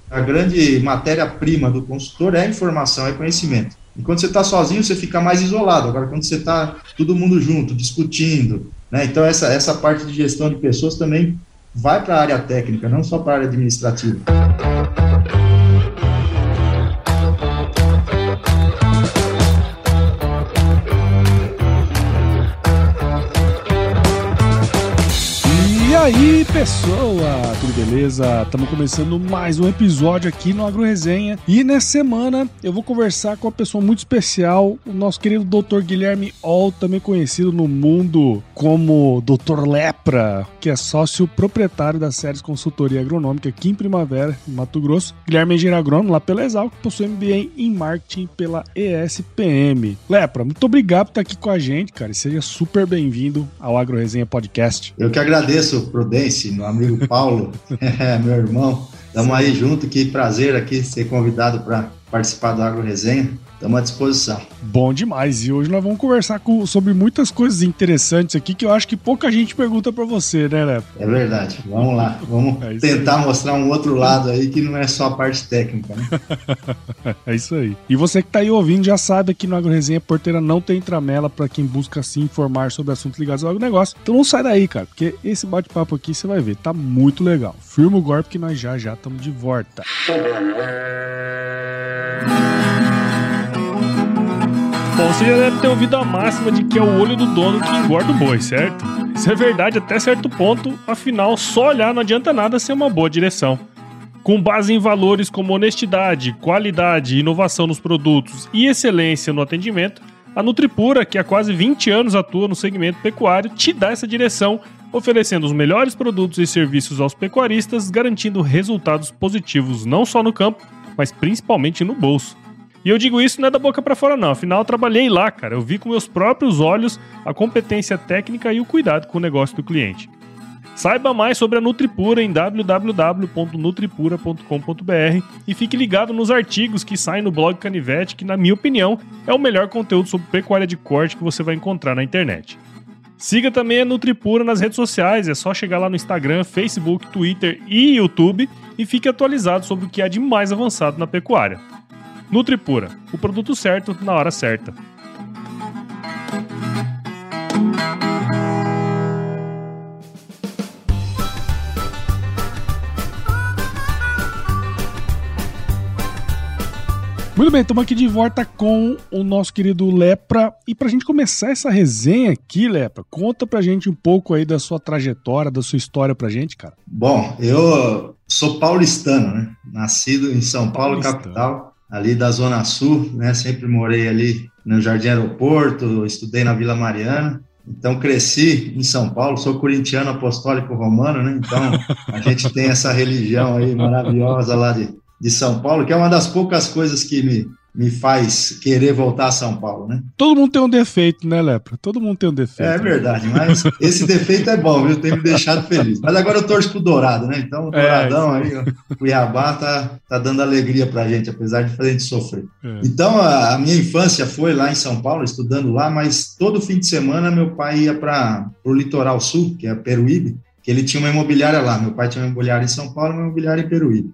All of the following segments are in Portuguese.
A grande matéria-prima do consultor é a informação, é conhecimento. E quando você está sozinho, você fica mais isolado. Agora, quando você está todo mundo junto, discutindo, né? Então, essa parte de gestão de pessoas também vai para a área técnica, não só para a área administrativa. E aí, pessoal, tudo beleza? Estamos começando mais um episódio aqui no AgroResenha. E nessa semana eu vou conversar com uma pessoa muito especial, o nosso querido Dr. Guilherme Oll, também conhecido no mundo como Dr. Lepra, que é sócio proprietário da Ceres Consultoria Agronômica aqui em Primavera, em Mato Grosso. Guilherme é engenheiro agrônomo lá pela Exalc, possui MBA em Marketing pela ESPM. Lepra, muito obrigado por estar aqui com a gente, cara, e seja super bem-vindo ao AgroResenha Podcast. Eu que agradeço, Prudence, meu amigo Paulo, meu irmão. Estamos aí junto, que prazer aqui ser convidado para participar do AgroResenha. Estamos à disposição. Bom demais. E hoje nós vamos conversar sobre muitas coisas interessantes aqui que eu acho que pouca gente pergunta para você, né, Léo? É verdade. Vamos lá. Vamos tentar mostrar um outro lado aí que não é só a parte técnica, né? É isso aí. E você que tá aí ouvindo já sabe que no AgroResenha Porteira não tem tramela para quem busca se informar sobre assuntos ligados ao agronegócio. Então não sai daí, cara, porque esse bate-papo aqui você vai ver, tá muito legal. Firma o golpe que nós já estamos de volta. Bom, você já deve ter ouvido a máxima de que é o olho do dono que engorda o boi, certo? Isso é verdade até certo ponto, afinal, só olhar não adianta nada sem uma boa direção. Com base em valores como honestidade, qualidade, inovação nos produtos e excelência no atendimento, a Nutripura, que há quase 20 anos atua no segmento pecuário, te dá essa direção, oferecendo os melhores produtos e serviços aos pecuaristas, garantindo resultados positivos não só no campo, mas principalmente no bolso. E eu digo isso não é da boca pra fora não, afinal eu trabalhei lá, cara, eu vi com meus próprios olhos a competência técnica e o cuidado com o negócio do cliente. Saiba mais sobre a Nutripura em www.nutripura.com.br e fique ligado nos artigos que saem no blog Canivete, que na minha opinião é o melhor conteúdo sobre pecuária de corte que você vai encontrar na internet. Siga também a Nutripura nas redes sociais, é só chegar lá no Instagram, Facebook, Twitter e YouTube e fique atualizado sobre o que há de mais avançado na pecuária. Nutripura, o produto certo na hora certa. Muito bem, estamos aqui de volta com o nosso querido Lepra. E pra gente começar essa resenha aqui, Lepra, conta pra gente um pouco aí da sua trajetória, da sua história pra gente, cara. Bom, eu sou paulistano, né? Nascido em São Paulo, capital, ali da Zona Sul, né? Sempre morei ali no Jardim Aeroporto, estudei na Vila Mariana. Então, cresci em São Paulo, sou corintiano apostólico romano, né? Então, a gente tem essa religião aí maravilhosa lá de São Paulo, que é uma das poucas coisas que me faz querer voltar a São Paulo, né? Todo mundo tem um defeito, né, Lepra? Todo mundo tem um defeito. É verdade, mas esse defeito é bom, viu? Tem me deixado feliz. Mas agora eu torço pro Dourado, né? Então o Douradão aí, o Cuiabá tá dando alegria pra gente, apesar de fazer a gente sofrer. Então a minha infância foi lá em São Paulo, estudando lá, mas todo fim de semana meu pai ia pro litoral sul, que é Peruíbe, que ele tinha uma imobiliária lá. Meu pai tinha uma imobiliária em São Paulo e uma imobiliária em Peruíbe.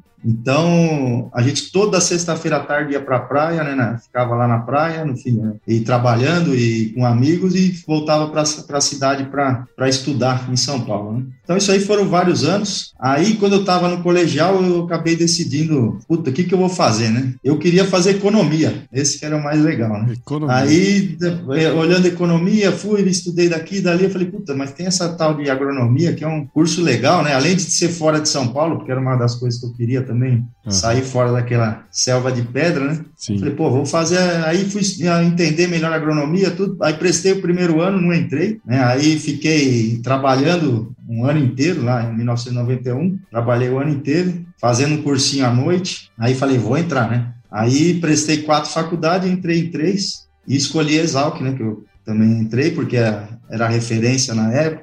Então, a gente toda sexta-feira à tarde ia para a praia, né? Ficava lá na praia, no fim, né? E trabalhando e com amigos e voltava para a cidade para estudar em São Paulo, né? Então, isso aí foram vários anos. Aí, quando eu estava no colegial, eu acabei decidindo, o que eu vou fazer, né? Eu queria fazer economia, esse que era o mais legal, né? Economia. Aí, olhando economia, fui, estudei daqui e dali, eu falei, mas tem essa tal de agronomia, que é um curso legal, né? Além de ser fora de São Paulo, porque era uma das coisas que eu queria também, sair fora daquela selva de pedra, né? Sim. Falei, vou fazer, aí fui entender melhor a agronomia, tudo, aí prestei o primeiro ano, não entrei, né? Aí fiquei trabalhando um ano inteiro, lá em 1991, trabalhei o ano inteiro, fazendo um cursinho à noite, aí falei, vou entrar, né? Aí prestei 4 faculdades, entrei em 3 e escolhi a Exalc, né? Que eu também entrei, porque era referência na época,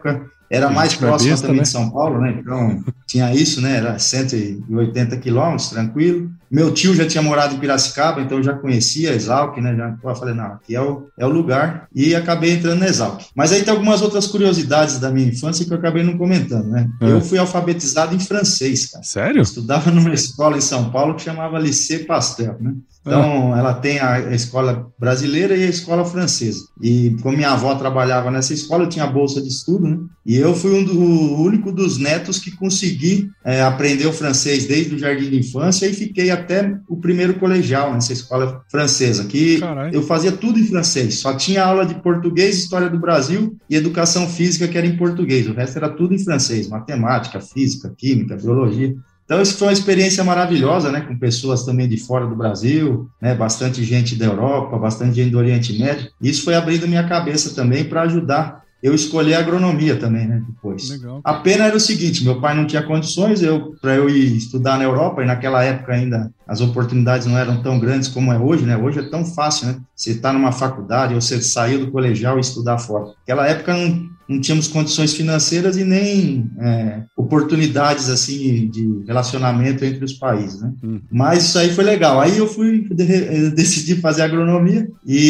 era mais próxima também de São Paulo, né? Então tinha isso, né? Era 180 quilômetros, tranquilo. Meu tio já tinha morado em Piracicaba, então eu já conhecia a Exalc, né? Eu falei, não, aqui é o lugar. E acabei entrando na Exalc. Mas aí tem algumas outras curiosidades da minha infância que eu acabei não comentando, né? Eu fui alfabetizado em francês, cara. Sério? Eu estudava numa escola em São Paulo que chamava Lycée Pasteur, né? Então, ela tem a escola brasileira e a escola francesa. E como minha avó trabalhava nessa escola, eu tinha bolsa de estudo, né? E eu fui o único dos netos que consegui aprender o francês desde o jardim de infância e fiquei até o primeiro colegial nessa escola francesa, que eu fazia tudo em francês. Só tinha aula de português, história do Brasil e educação física, que era em português. O resto era tudo em francês, matemática, física, química, biologia. Então, isso foi uma experiência maravilhosa, né, com pessoas também de fora do Brasil, né, bastante gente da Europa, bastante gente do Oriente Médio. Isso foi abrindo minha cabeça também para ajudar eu escolhi a agronomia também, né, depois. Legal. A pena era o seguinte, meu pai não tinha condições para eu ir estudar na Europa, e naquela época ainda as oportunidades não eram tão grandes como é hoje, né, hoje é tão fácil, né, você está numa faculdade, ou você saiu do colegial e estudar fora. Naquela época não tínhamos condições financeiras e nem oportunidades, assim, de relacionamento entre os países, né, mas isso aí foi legal. Aí eu decidi fazer agronomia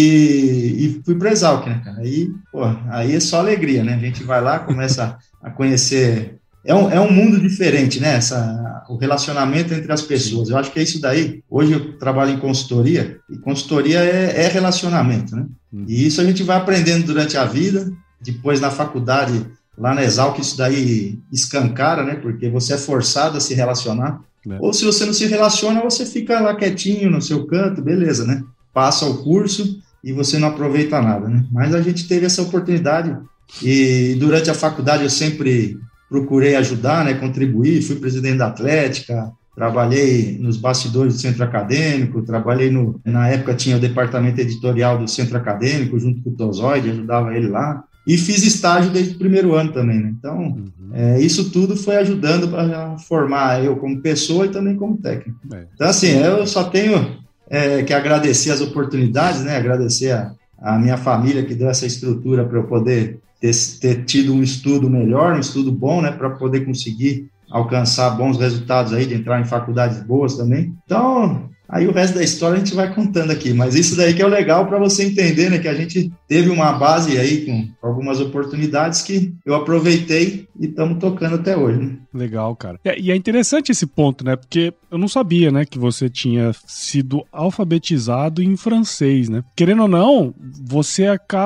e fui para a Exalc, né, cara, aí é só alegria, né? A gente vai lá, começa a conhecer. É um mundo diferente, né? O relacionamento entre as pessoas. Eu acho que é isso daí. Hoje eu trabalho em consultoria, e consultoria é relacionamento, né? E isso a gente vai aprendendo durante a vida. Depois, na faculdade, lá na Exalc, isso daí escancara, né? Porque você é forçado a se relacionar. Ou se você não se relaciona, você fica lá quietinho no seu canto, beleza, né? Passa o curso e você não aproveita nada, né? Mas a gente teve essa oportunidade e durante a faculdade eu sempre procurei ajudar, né, contribuir, fui presidente da Atlética, trabalhei nos bastidores do centro acadêmico, trabalhei na época tinha o departamento editorial do centro acadêmico, junto com o Tozoide, ajudava ele lá, e fiz estágio desde o primeiro ano também, né? Então, isso tudo foi ajudando para formar eu como pessoa e também como técnico. Então, assim, eu só tenho que agradecer as oportunidades, né? Agradecer a minha família que deu essa estrutura para eu poder ter tido um estudo melhor, um estudo bom, né? Para poder conseguir alcançar bons resultados aí, de entrar em faculdades boas também. Então, aí o resto da história a gente vai contando aqui, mas isso daí que é o legal para você entender, né? Que a gente teve uma base aí com algumas oportunidades que eu aproveitei e estamos tocando até hoje, né? Legal, cara. E é interessante esse ponto, né? Porque eu não sabia, né, que você tinha sido alfabetizado em francês, né? Querendo ou não, você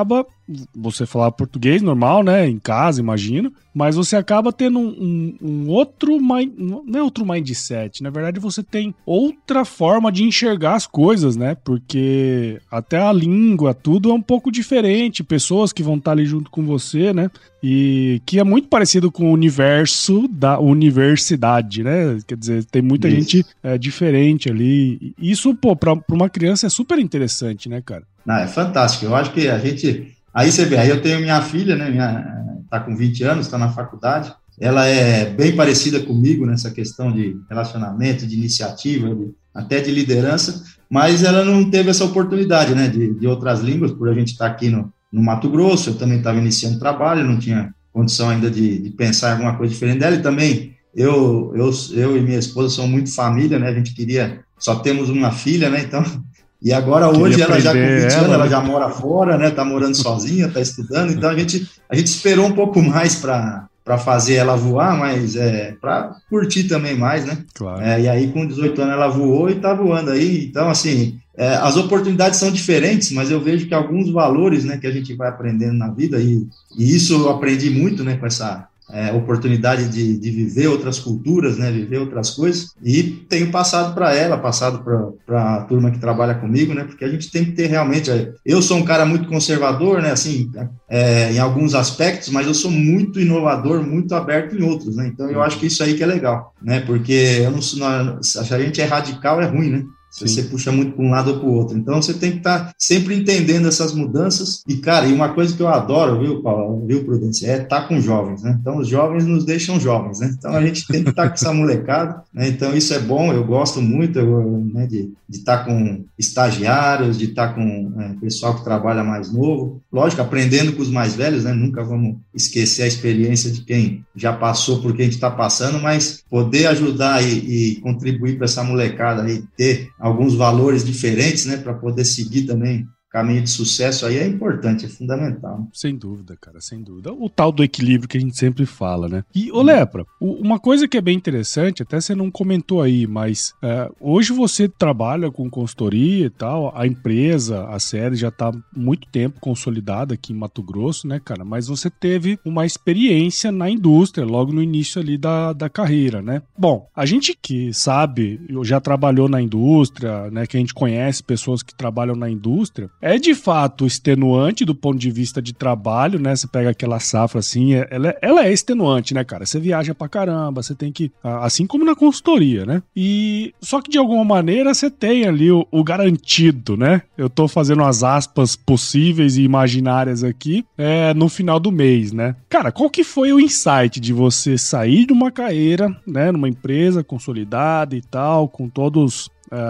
falava português normal, né, em casa, imagino, mas você acaba tendo um outro, não é outro mindset, na verdade você tem outra forma de enxergar as coisas, né, porque até a língua, tudo é um pouco diferente, pessoas que vão estar ali junto com você, né, e que é muito parecido com o universo da universidade, né, quer dizer, tem muita gente diferente ali, isso, pô, pra uma criança é super interessante, né, cara? Não, é fantástico, eu acho que a gente... Aí você vê, aí eu tenho minha filha, né, tá com 20 anos, está na faculdade, ela é bem parecida comigo nessa questão de relacionamento, de iniciativa, até de liderança, mas ela não teve essa oportunidade, né, de outras línguas, por a gente estar aqui no Mato Grosso, eu também estava iniciando trabalho, não tinha condição ainda de pensar em alguma coisa diferente dela, e também eu e minha esposa somos muito família, né, a gente só temos uma filha, né, então... E agora, hoje, ela já com 20 anos, ela já mora fora, né? Tá morando sozinha, tá estudando. Então, a gente esperou um pouco mais para fazer ela voar, mas para curtir também mais, né? Claro. E aí, com 18 anos, ela voou e tá voando aí. Então, assim, as oportunidades são diferentes, mas eu vejo que alguns valores, né, que a gente vai aprendendo na vida, e isso eu aprendi muito, né, com essa... oportunidade de viver outras culturas, né, viver outras coisas, e tenho passado para ela, para a turma que trabalha comigo, né, porque a gente tem que ter realmente, eu sou um cara muito conservador, né, assim, em alguns aspectos, mas eu sou muito inovador, muito aberto em outros, né, então eu acho que isso aí que é legal, né, porque se a gente é radical, é ruim, né, Você puxa muito para um lado ou para o outro. Então, você tem que estar sempre entendendo essas mudanças. E, cara, e uma coisa que eu adoro, viu, Paulo, viu, Prudência, é estar com jovens, né? Então, os jovens nos deixam jovens, né? Então, a gente tem que estar com essa molecada, né? Então, isso é bom, eu gosto muito, né, de estar com estagiários, de estar com pessoal que trabalha mais novo. Lógico, aprendendo com os mais velhos, né? Nunca vamos esquecer a experiência de quem já passou por que a gente está passando, mas poder ajudar e contribuir para essa molecada aí ter alguns valores diferentes, né? Para poder seguir também caminho de sucesso aí é importante, é fundamental. Sem dúvida, cara, sem dúvida. O tal do equilíbrio que a gente sempre fala, né? E, ô Lepra, uma coisa que é bem interessante, até você não comentou aí, mas hoje você trabalha com consultoria e tal, a empresa, a série já tá muito tempo consolidada aqui em Mato Grosso, né, cara? Mas você teve uma experiência na indústria, logo no início ali da carreira, né? Bom, a gente que sabe, já trabalhou na indústria, né, que a gente conhece pessoas que trabalham na indústria, é de fato extenuante do ponto de vista de trabalho, né? Você pega aquela safra assim, ela é extenuante, né, cara? Você viaja pra caramba, você tem que... Assim como na consultoria, né? E só que de alguma maneira você tem ali o garantido, né? Eu tô fazendo as aspas possíveis e imaginárias aqui no final do mês, né? Cara, qual que foi o insight de você sair de uma carreira, né? Numa empresa consolidada e tal, com todas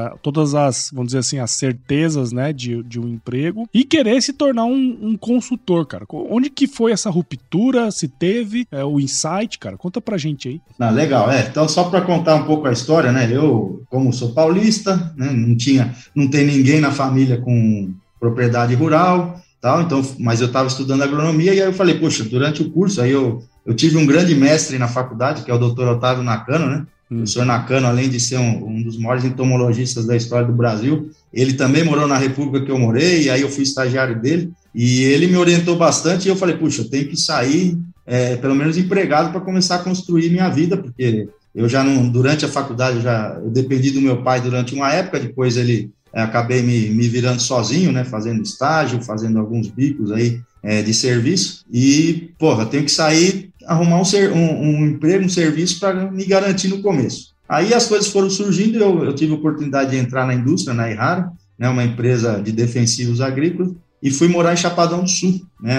as, vamos dizer assim, as certezas, né, de um emprego e querer se tornar um consultor, cara? Onde que foi essa ruptura? Se teve o insight, cara? Conta pra gente aí. Legal, então só para contar um pouco a história, né, eu, como sou paulista, né, não tem ninguém na família com propriedade rural, tal, então, mas eu estava estudando agronomia e aí eu falei, poxa, durante o curso aí eu tive um grande mestre na faculdade, que é o Dr. Otávio Nakano, né? O senhor Nakano, além de ser um dos maiores entomologistas da história do Brasil, ele também morou na república que eu morei, e aí eu fui estagiário dele, e ele me orientou bastante, e eu falei, puxa, eu tenho que sair, pelo menos empregado, para começar a construir minha vida, porque eu já não, durante a faculdade, eu dependi do meu pai durante uma época, depois acabei me virando sozinho, né, fazendo estágio, fazendo alguns bicos aí de serviço, e, porra, tenho que sair, arrumar um emprego, um serviço para me garantir no começo. Aí as coisas foram surgindo, eu tive a oportunidade de entrar na indústria, na Errara, né, uma empresa de defensivos agrícolas, e fui morar em Chapadão do Sul, né,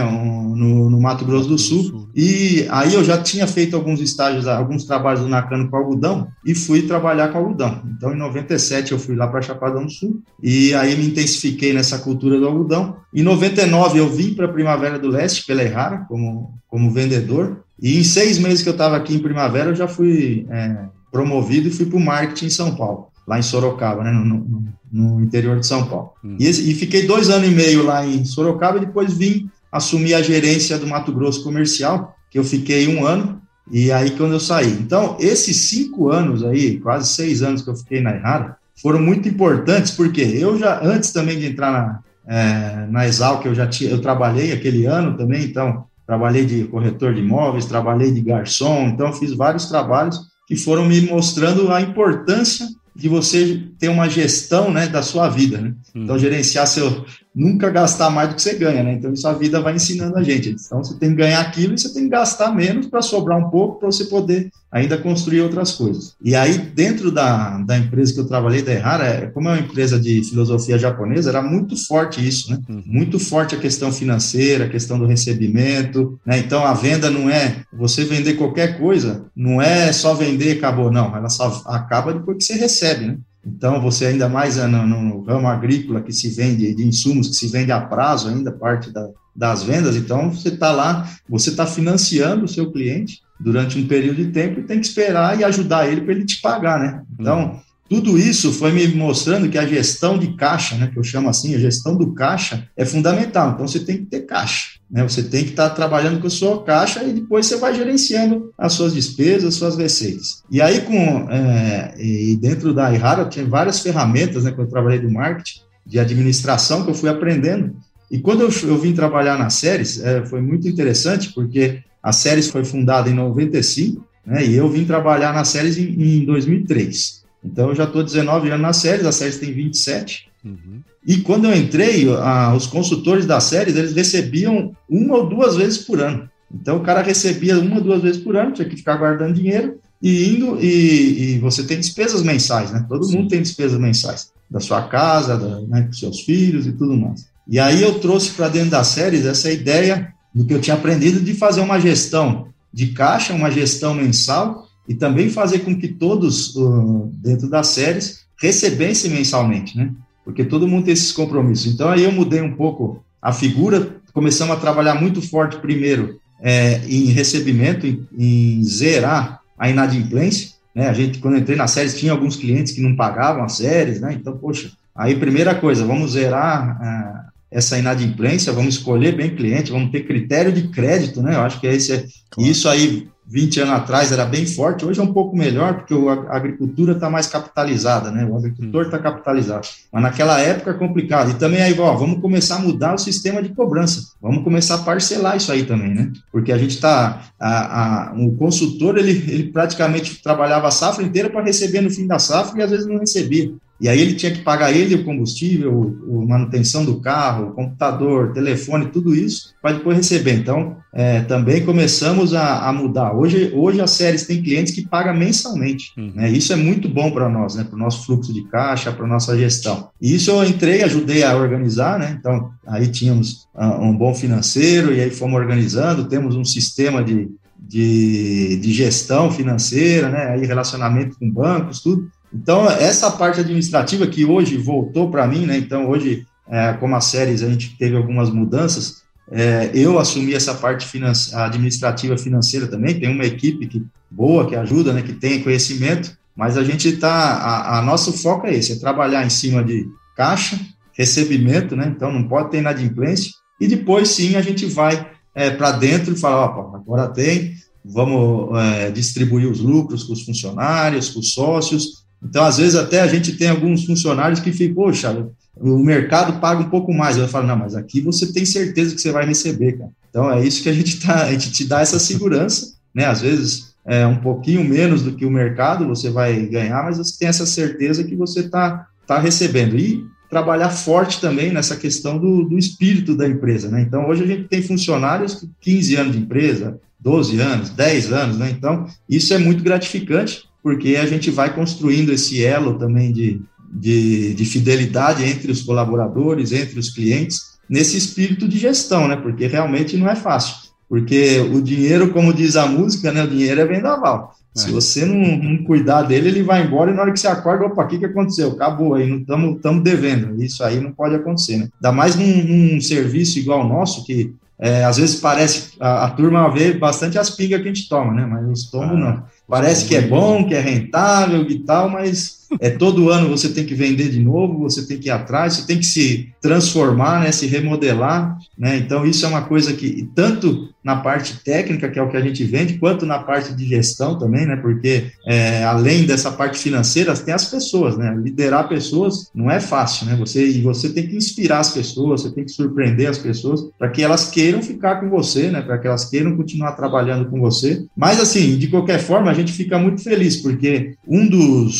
no Mato Grosso do Sul. E aí eu já tinha feito alguns estágios, alguns trabalhos do Nakano com algodão, e fui trabalhar com algodão. Então, em 97, eu fui lá para Chapadão do Sul, e aí me intensifiquei nessa cultura do algodão. Em 99, eu vim para a Primavera do Leste, pela Errara, como vendedor, e em 6 meses que eu estava aqui em Primavera, eu já fui promovido e fui para o marketing em São Paulo, lá em Sorocaba, né, no interior de São Paulo. E fiquei 2 anos e meio lá em Sorocaba e depois vim assumir a gerência do Mato Grosso Comercial, que eu fiquei 1 ano, e aí quando eu saí. Então, esses 5 anos aí, quase 6 anos que eu fiquei na Errara, foram muito importantes, porque eu já, antes também de entrar na Exalc, eu trabalhei aquele ano também, então, trabalhei de corretor de imóveis, trabalhei de garçom, então fiz vários trabalhos que foram me mostrando a importância de você ter uma gestão, né, da sua vida, né? Então, gerenciar nunca gastar mais do que você ganha, né? Então, isso a vida vai ensinando a gente. Então, você tem que ganhar aquilo e você tem que gastar menos para sobrar um pouco para você poder ainda construir outras coisas. E aí, dentro da empresa que eu trabalhei, da Errara, como é uma empresa de filosofia japonesa, era muito forte isso, né? Muito forte a questão financeira, a questão do recebimento, né? Então, a venda não é você vender qualquer coisa, não é só vender e acabou, não. Ela só acaba depois que você recebe, né? Então, você ainda mais no ramo agrícola que se vende, de insumos que se vende a prazo ainda, parte das vendas, então você está lá, você está financiando o seu cliente durante um período de tempo e tem que esperar e ajudar ele para ele te pagar, né? Então, tudo isso foi me mostrando que a gestão de caixa, né, que eu chamo assim, a gestão do caixa é fundamental. Então, você tem que ter caixa, né? Você tem que estar trabalhando com a sua caixa e depois você vai gerenciando as suas despesas, as suas receitas. E aí, e dentro da Errara, eu tinha várias ferramentas, né, quando eu trabalhei do marketing, de administração, que eu fui aprendendo. E quando eu vim trabalhar na Ceres, foi muito interessante, porque a Ceres foi fundada em 95, né, e eu vim trabalhar na Ceres em 2003. Então, eu já estou 19 anos na Ceres, a Ceres tem 27. E quando eu entrei, os consultores da Ceres, eles recebiam 1 ou 2 vezes por ano. Então, o cara recebia 1 ou 2 vezes por ano, tinha que ficar guardando dinheiro e indo, e você tem despesas mensais, né? Todo mundo tem despesas mensais. da sua casa, né, com seus filhos e tudo mais. E aí eu trouxe para dentro das séries essa ideia do que eu tinha aprendido de fazer uma gestão de caixa, uma gestão mensal, e também fazer com que todos dentro das séries recebessem mensalmente, né? Porque todo mundo tem esses compromissos. Então aí eu mudei um pouco a figura, começamos a trabalhar muito forte primeiro em recebimento, em zerar a inadimplência, né? A gente, quando eu entrei nas séries, tinha alguns clientes que não pagavam as séries, né? Então, poxa, aí primeira coisa, vamos zerar essa inadimplência, vamos escolher bem cliente, vamos ter critério de crédito, né? Eu acho que isso aí 20 anos atrás era bem forte, hoje é um pouco melhor, porque a agricultura está mais capitalizada, né? O agricultor está capitalizado. Mas naquela época é complicado. E também aí, vamos começar a mudar o sistema de cobrança. Vamos começar a parcelar isso aí também, né? Porque a gente está... O consultor, ele praticamente trabalhava a safra inteira para receber no fim da safra e às vezes não recebia. E aí ele tinha que pagar o combustível, a manutenção do carro, o computador, telefone, tudo isso, para depois receber. Então, também começamos a mudar. Hoje as séries têm clientes que pagam mensalmente. Né? Isso é muito bom para nós, né? Para o nosso fluxo de caixa, para a nossa gestão. E isso eu ajudei a organizar, né? Então, aí tínhamos um bom financeiro, e aí fomos organizando, temos um sistema de gestão financeira, né? Aí relacionamento com bancos, tudo. Então, essa parte administrativa que hoje voltou para mim, né? Então, hoje, como as séries, a gente teve algumas mudanças, eu assumi essa parte administrativa financeira também, tem uma equipe boa, que ajuda, né? Que tem conhecimento, mas a gente está... Nosso foco é esse, é trabalhar em cima de caixa, recebimento, né? Então, não pode ter inadimplência, e depois, sim, a gente vai para dentro e fala, agora vamos distribuir os lucros com os funcionários, com os sócios. Então, às vezes, até a gente tem alguns funcionários que ficam, poxa, o mercado paga um pouco mais. Eu falo, não, mas aqui você tem certeza que você vai receber, cara. Então, é isso que a gente te dá essa segurança, né? Às vezes, um pouquinho menos do que o mercado você vai ganhar, mas você tem essa certeza que você está recebendo. E trabalhar forte também nessa questão do espírito da empresa, né? Então, hoje a gente tem funcionários com 15 anos de empresa, 12 anos, 10 anos, né? Então, isso é muito gratificante, porque a gente vai construindo esse elo também de fidelidade entre os colaboradores, entre os clientes, nesse espírito de gestão, né? Porque realmente não é fácil. Porque o dinheiro, como diz a música, né? O dinheiro é vendaval. Se você não cuidar dele, ele vai embora e na hora que você acorda, opa, o que aconteceu? Acabou, aí não estamos devendo. Isso aí não pode acontecer, né? Ainda mais num serviço igual ao nosso, que às vezes parece, a turma vê bastante as pingas que a gente toma, né? Mas os tombos não. Parece que é bom, que é rentável e tal, mas todo ano você tem que vender de novo, você tem que ir atrás, você tem que se transformar, né, se remodelar, né? Então isso é uma coisa que, tanto na parte técnica, que é o que a gente vende, quanto na parte de gestão também, né? Porque além dessa parte financeira, tem as pessoas, né? Liderar pessoas não é fácil, né? Você tem que inspirar as pessoas, você tem que surpreender as pessoas para que elas queiram ficar com você, né? Para que elas queiram continuar trabalhando com você. Mas assim, de qualquer forma, a gente fica muito feliz, porque um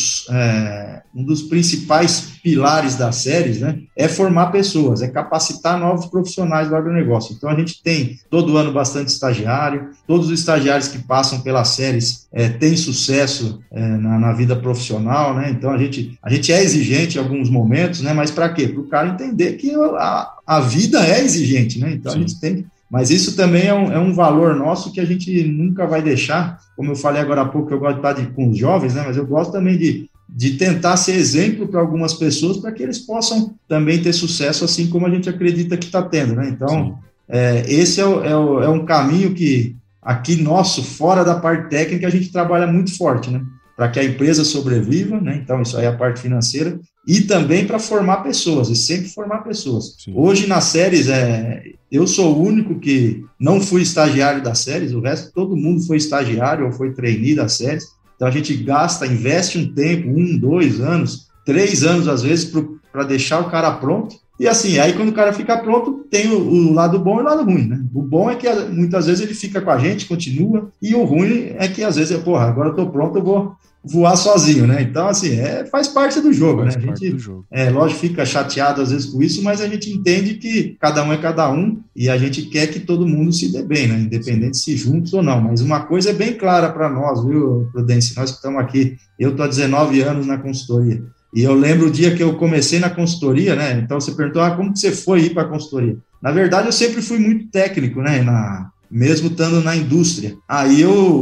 dos principais pilares das séries, né, é formar pessoas, é capacitar novos profissionais do agronegócio. Então, a gente tem todo ano bastante estagiário, todos os estagiários que passam pelas séries têm sucesso na vida profissional, né? Então, a gente é exigente em alguns momentos, né? Mas para quê? Para o cara entender que a vida é exigente, né? Então, a gente tem... Mas isso também é um valor nosso que a gente nunca vai deixar. Como eu falei agora há pouco, eu gosto de estar com os jovens, né? Mas eu gosto também de tentar ser exemplo para algumas pessoas, para que eles possam também ter sucesso, assim como a gente acredita que está tendo, né? Então, esse é um caminho que, aqui nosso, fora da parte técnica, a gente trabalha muito forte, né? Para que a empresa sobreviva, né? Então, isso aí é a parte financeira, e também para formar pessoas, e sempre formar pessoas. Sim. Hoje, nas séries, eu sou o único que não fui estagiário das séries, o resto, todo mundo foi estagiário ou foi trainee das séries. Então, a gente investe um tempo, 1, 2 anos, 3 anos, às vezes, para deixar o cara pronto. E assim, aí quando o cara fica pronto, tem o lado bom e o lado ruim, né? O bom é que muitas vezes ele fica com a gente, continua, e o ruim é que às vezes agora eu tô pronto, eu vou voar sozinho, né? Então, assim, faz parte do jogo, né? A gente, lógico, fica chateado às vezes com isso, mas a gente entende que cada um é cada um, e a gente quer que todo mundo se dê bem, né? Independente se juntos ou não. Mas uma coisa é bem clara para nós, viu, Prudência? Nós que estamos aqui, eu estou há 19 anos na consultoria. E eu lembro o dia que eu comecei na consultoria, né? Então você perguntou, como que você foi ir para a consultoria? Na verdade, eu sempre fui muito técnico, né? Mesmo estando na indústria. Aí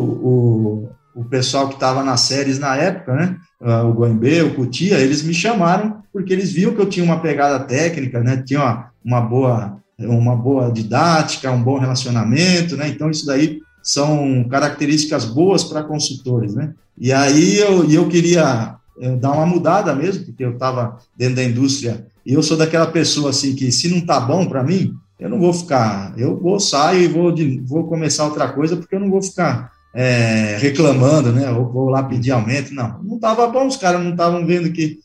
o pessoal que estava nas séries na época, né? O Guambê, o Cutia, eles me chamaram porque eles viam que eu tinha uma pegada técnica, né? Tinha uma boa didática, um bom relacionamento, né? Então, isso daí são características boas para consultores, né? E aí eu queria dar uma mudada mesmo, porque eu estava dentro da indústria e eu sou daquela pessoa assim que se não tá bom para mim, eu não vou ficar, eu vou sair e vou começar outra coisa, porque eu não vou ficar reclamando, né? Ou vou lá pedir aumento, não estava bom, os caras não estavam vendo que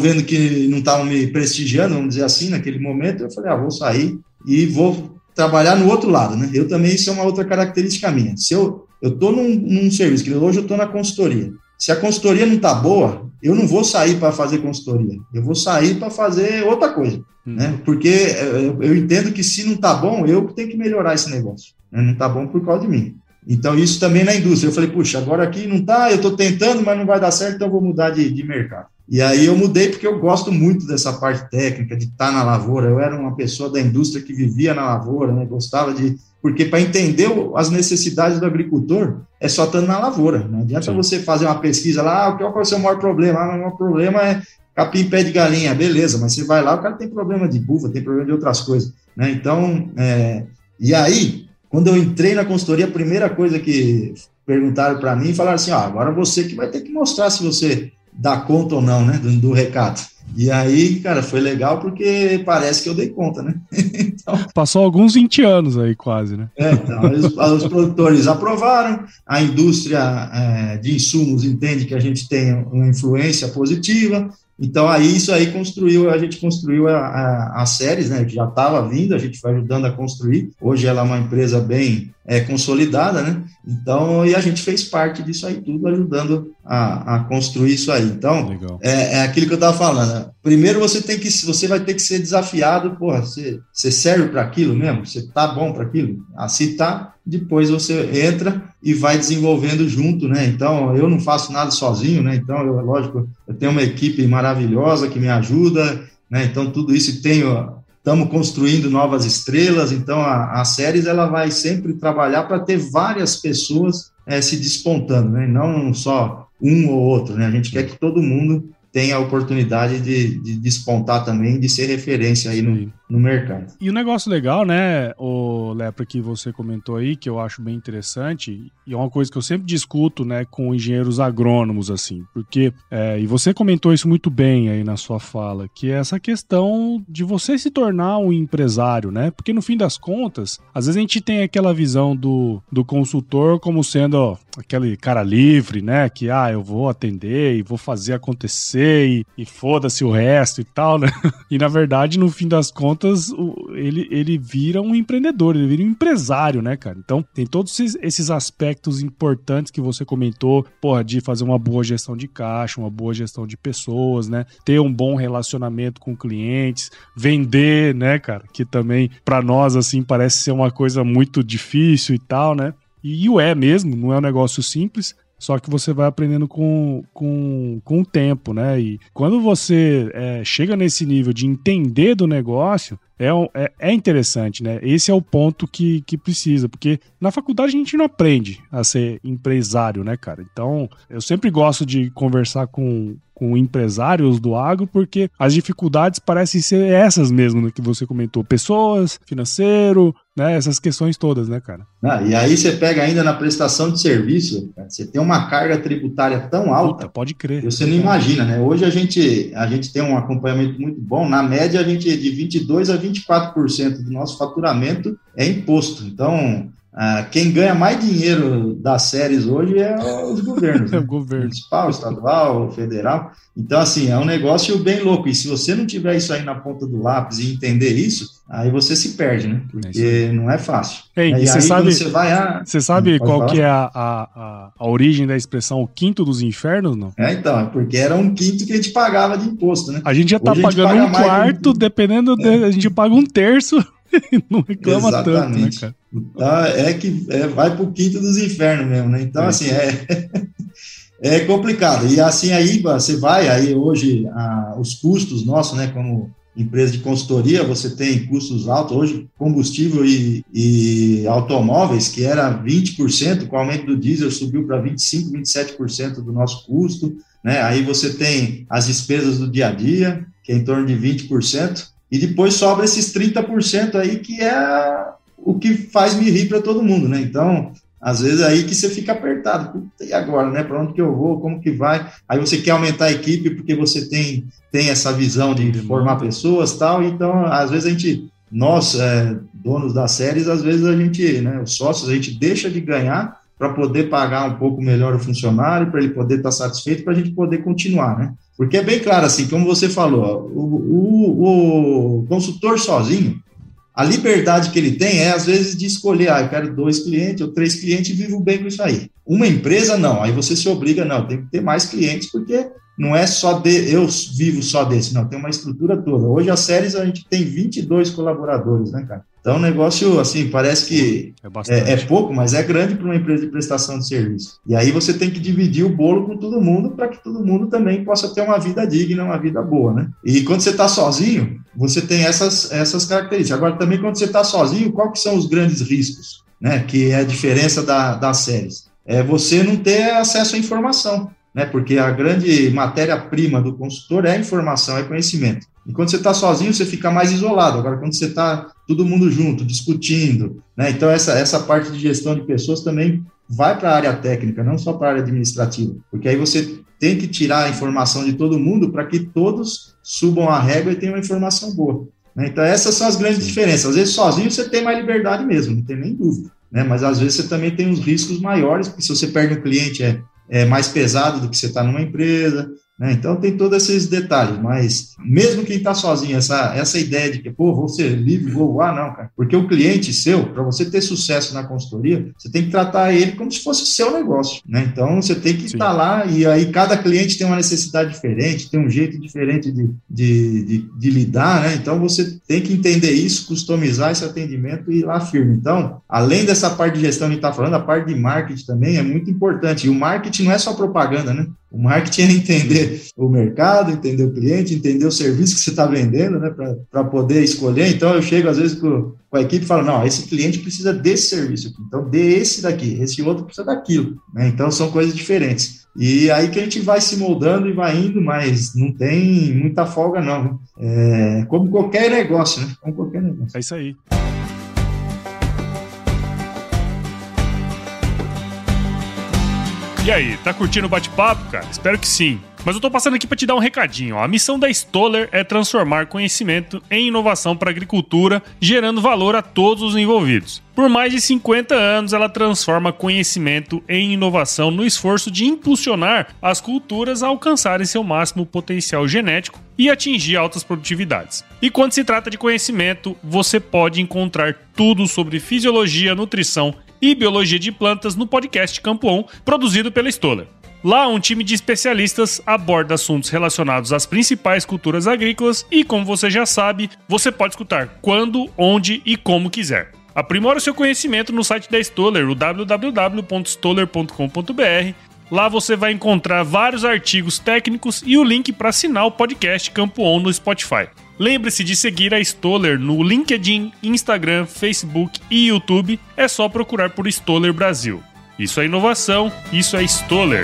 não estavam me prestigiando, vamos dizer assim, naquele momento. Eu falei, vou sair e vou trabalhar no outro lado, né? Eu também, isso é uma outra característica minha. Se eu estou num serviço, que hoje eu estou na consultoria, se a consultoria não está boa, eu não vou sair para fazer consultoria, eu vou sair para fazer outra coisa, né? Porque eu entendo que se não está bom, eu tenho que melhorar esse negócio, né? Não está bom por causa de mim. Então, isso também na indústria. Eu falei, puxa, agora aqui não está, eu estou tentando, mas não vai dar certo, então eu vou mudar de mercado. E aí eu mudei porque eu gosto muito dessa parte técnica, de estar na lavoura. Eu era uma pessoa da indústria que vivia na lavoura, né? Gostava de... Porque para entender as necessidades do agricultor, é só estando na lavoura. Não adianta você fazer uma pesquisa lá, qual é o seu maior problema? O maior problema é capim pé de galinha. Beleza, mas você vai lá, o cara tem problema de bufa, tem problema de outras coisas, né? Então, e aí, quando eu entrei na consultoria, a primeira coisa que perguntaram para mim, falaram assim, agora você que vai ter que mostrar se você dá conta ou não, né, do recado. E aí, cara, foi legal porque parece que eu dei conta, né? Então, passou alguns 20 anos aí, quase, né? Então, os produtores aprovaram, a indústria de insumos entende que a gente tem uma influência positiva, então aí isso aí a gente construiu as séries, né, que já estava vindo, a gente vai ajudando a construir, hoje ela é uma empresa bem consolidada, né, então, e a gente fez parte disso aí tudo, ajudando a construir isso aí. Então, é aquilo que eu estava falando, né? Primeiro você vai ter que ser desafiado, você serve para aquilo mesmo? Você tá bom para aquilo? Se tá, depois você entra e vai desenvolvendo junto, né? Então, eu não faço nada sozinho, né? Então, lógico, eu tenho uma equipe maravilhosa que me ajuda, né? Então, tudo isso estamos construindo novas estrelas, então a séries ela vai sempre trabalhar para ter várias pessoas se despontando, né? Não só um ou outro, né? A gente quer que todo mundo tenha a oportunidade de despontar também, de ser referência aí no mercado. E o negócio legal, né, o Lepra, que você comentou aí, que eu acho bem interessante, e é uma coisa que eu sempre discuto, né, com engenheiros agrônomos, assim, porque, e você comentou isso muito bem aí na sua fala, que é essa questão de você se tornar um empresário, né, porque no fim das contas, às vezes a gente tem aquela visão do consultor como sendo aquele cara livre, né, que, eu vou atender e vou fazer acontecer e foda-se o resto e tal, né, e na verdade, no fim das contas, ele vira um empreendedor, ele vira um empresário, né, cara? Então, tem todos esses aspectos importantes que você comentou, de fazer uma boa gestão de caixa, uma boa gestão de pessoas, né? Ter um bom relacionamento com clientes, vender, né, cara? Que também, pra nós, assim, parece ser uma coisa muito difícil e tal, né? E o mesmo, não é um negócio simples, só que você vai aprendendo com o tempo, né? E quando você chega nesse nível de entender do negócio, é interessante, né? Esse é o ponto que precisa, porque na faculdade a gente não aprende a ser empresário, né, cara? Então, eu sempre gosto de conversar com empresários do agro, porque as dificuldades parecem ser essas mesmo, né, que você comentou. Pessoas, financeiro, né, essas questões todas, né, cara? E aí você pega ainda na prestação de serviço, cara, você tem uma carga tributária tão alta. Puta, pode crer. Você não imagina, né? Hoje a gente tem um acompanhamento muito bom. Na média, a gente de 22% a 24% do nosso faturamento é imposto. Então, quem ganha mais dinheiro das séries hoje é os governos, né? O governo. Municipal, estadual, federal. Então, assim, é um negócio bem louco. E se você não tiver isso aí na ponta do lápis e entender isso, aí você se perde, né? Porque não é fácil. E você sabe, você sabe qual que é a origem da expressão o quinto dos infernos, não? Então, porque era um quinto que a gente pagava de imposto, né? A gente já tá pagando um quarto, dependendo, a gente paga um terço. Não reclama tanto, né, cara? Então, vai pro quinto dos infernos mesmo, né? Então, assim, É complicado. E assim aí você vai, aí hoje os custos nossos, né, como empresa de consultoria, você tem custos altos. Hoje, combustível e automóveis, que era 20%, com o aumento do diesel subiu para 25%, 27% do nosso custo, né? Aí você tem as despesas do dia a dia, que é em torno de 20%, e depois sobra esses 30% aí, que é o que faz me rir para todo mundo, né? Então, às vezes aí que você fica apertado. Puta, e agora, né? Para onde que eu vou? Como que vai? Aí você quer aumentar a equipe porque você tem essa visão de formar pessoas e tal. Então, às vezes nós, donos das séries, às vezes a gente, né, os sócios, a gente deixa de ganhar para poder pagar um pouco melhor o funcionário, para ele poder estar satisfeito, para a gente poder continuar, né? Porque é bem claro, assim, como você falou, o consultor sozinho, a liberdade que ele tem é, às vezes, de escolher, eu quero 2 clientes ou 3 clientes e vivo bem com isso aí. Uma empresa, não, aí você se obriga, não, tem que ter mais clientes, porque não é só eu vivo só desse, não, tem uma estrutura toda. Hoje, as séries, a gente tem 22 colaboradores, né, cara? Então, o negócio, assim, parece que é pouco, mas é grande para uma empresa de prestação de serviço. E aí você tem que dividir o bolo com todo mundo para que todo mundo também possa ter uma vida digna, uma vida boa, né? E quando você está sozinho, você tem essas características. Agora, também, quando você está sozinho, qual que são os grandes riscos, né? Que é a diferença das séries. É você não ter acesso à informação, né? Porque a grande matéria-prima do consultor é a informação, é conhecimento. E quando você está sozinho, você fica mais isolado. Agora, quando você está todo mundo junto, discutindo, né? Então, essa parte de gestão de pessoas também vai para a área técnica, não só para a área administrativa. Porque aí você tem que tirar a informação de todo mundo para que todos subam a régua e tenham uma informação boa, né? Então, essas são as grandes diferenças. Às vezes, sozinho, você tem mais liberdade mesmo, não tem nem dúvida, né? Mas, às vezes, você também tem uns riscos maiores, porque se você perde um cliente, é mais pesado do que você está numa empresa, né? Então, tem todos esses detalhes, mas mesmo quem está sozinho, essa ideia de que, vou ser livre, vou voar, não, cara. Porque o cliente seu, para você ter sucesso na consultoria, você tem que tratar ele como se fosse o seu negócio, né? Então, você tem que estar lá, e aí cada cliente tem uma necessidade diferente, tem um jeito diferente de lidar, né? Então, você tem que entender isso, customizar esse atendimento e ir lá firme. Então, além dessa parte de gestão que a gente está falando, a parte de marketing também é muito importante. E o marketing não é só propaganda, né? O marketing é entender o mercado, entender o cliente, entender o serviço que você está vendendo, né, para poder escolher. Então, eu chego, às vezes, com a equipe e falo, não, esse cliente precisa desse serviço aqui, então dê esse daqui, esse outro precisa daquilo, né? Então, são coisas diferentes. E aí que a gente vai se moldando e vai indo, mas não tem muita folga, não. É como qualquer negócio, né? Como qualquer negócio. É isso aí. E aí, tá curtindo o bate-papo, cara? Espero que sim. Mas eu tô passando aqui para te dar um recadinho. A missão da Stoller é transformar conhecimento em inovação para a agricultura, gerando valor a todos os envolvidos. Por mais de 50 anos, ela transforma conhecimento em inovação no esforço de impulsionar as culturas a alcançarem seu máximo potencial genético e atingir altas produtividades. E quando se trata de conhecimento, você pode encontrar tudo sobre fisiologia, nutrição e biologia de plantas no podcast Campo On, produzido pela Stoller. Lá, um time de especialistas aborda assuntos relacionados às principais culturas agrícolas e, como você já sabe, você pode escutar quando, onde e como quiser. Aprimora o seu conhecimento no site da Stoller, o www.stoller.com.br. Lá você vai encontrar vários artigos técnicos e o link para assinar o podcast Campo On no Spotify. Lembre-se de seguir a Stoller no LinkedIn, Instagram, Facebook e YouTube. É só procurar por Stoller Brasil. Isso é inovação, isso é Stoller.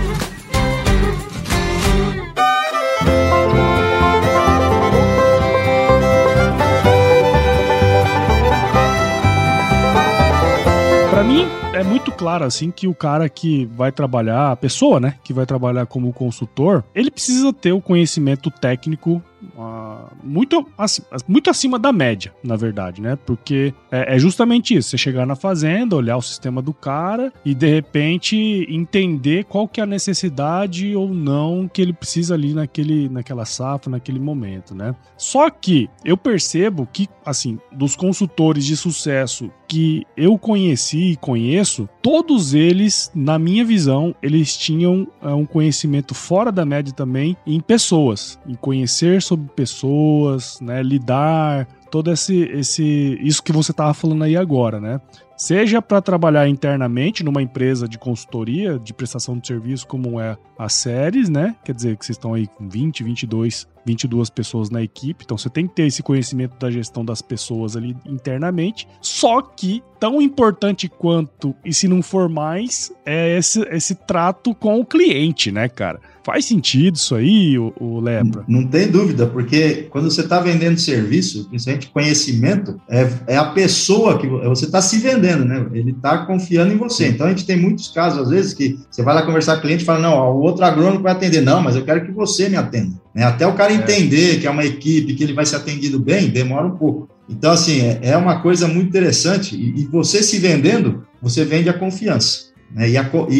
Para mim, é muito claro, assim, que o cara que vai trabalhar, a pessoa, né, que vai trabalhar como consultor, ele precisa ter o conhecimento técnico muito acima da média, na verdade, né? Porque é justamente isso, você chegar na fazenda, olhar o sistema do cara e, de repente, entender qual que é a necessidade ou não que ele precisa ali naquela safra, naquele momento, né? Só que eu percebo que, assim, dos consultores de sucesso que eu conheci e conheço, todos eles, na minha visão, eles tinham um conhecimento fora da média também em pessoas, em conhecer sobre pessoas, né, lidar, todo isso que você estava falando aí agora, né? seja para trabalhar internamente numa empresa de consultoria, de prestação de serviço, como é a Ceres, né? Quer dizer que vocês estão aí com 22 pessoas na equipe, então você tem que ter esse conhecimento da gestão das pessoas ali internamente, só que tão importante quanto, e se não for mais, é esse trato com o cliente, né, cara? Faz sentido isso aí, o Lepra? Não tem dúvida, porque quando você está vendendo serviço, principalmente conhecimento, é a pessoa que você está se vendendo, né? Ele está confiando em você. Então, a gente tem muitos casos, às vezes, que você vai lá conversar com o cliente e fala, não, o outro agrônomo vai atender. Não, mas eu quero que você me atenda. Né? Até o cara entender que é uma equipe, que ele vai ser atendido bem, demora um pouco. Então, assim, é uma coisa muito interessante. E você se vendendo, você vende a confiança. Né?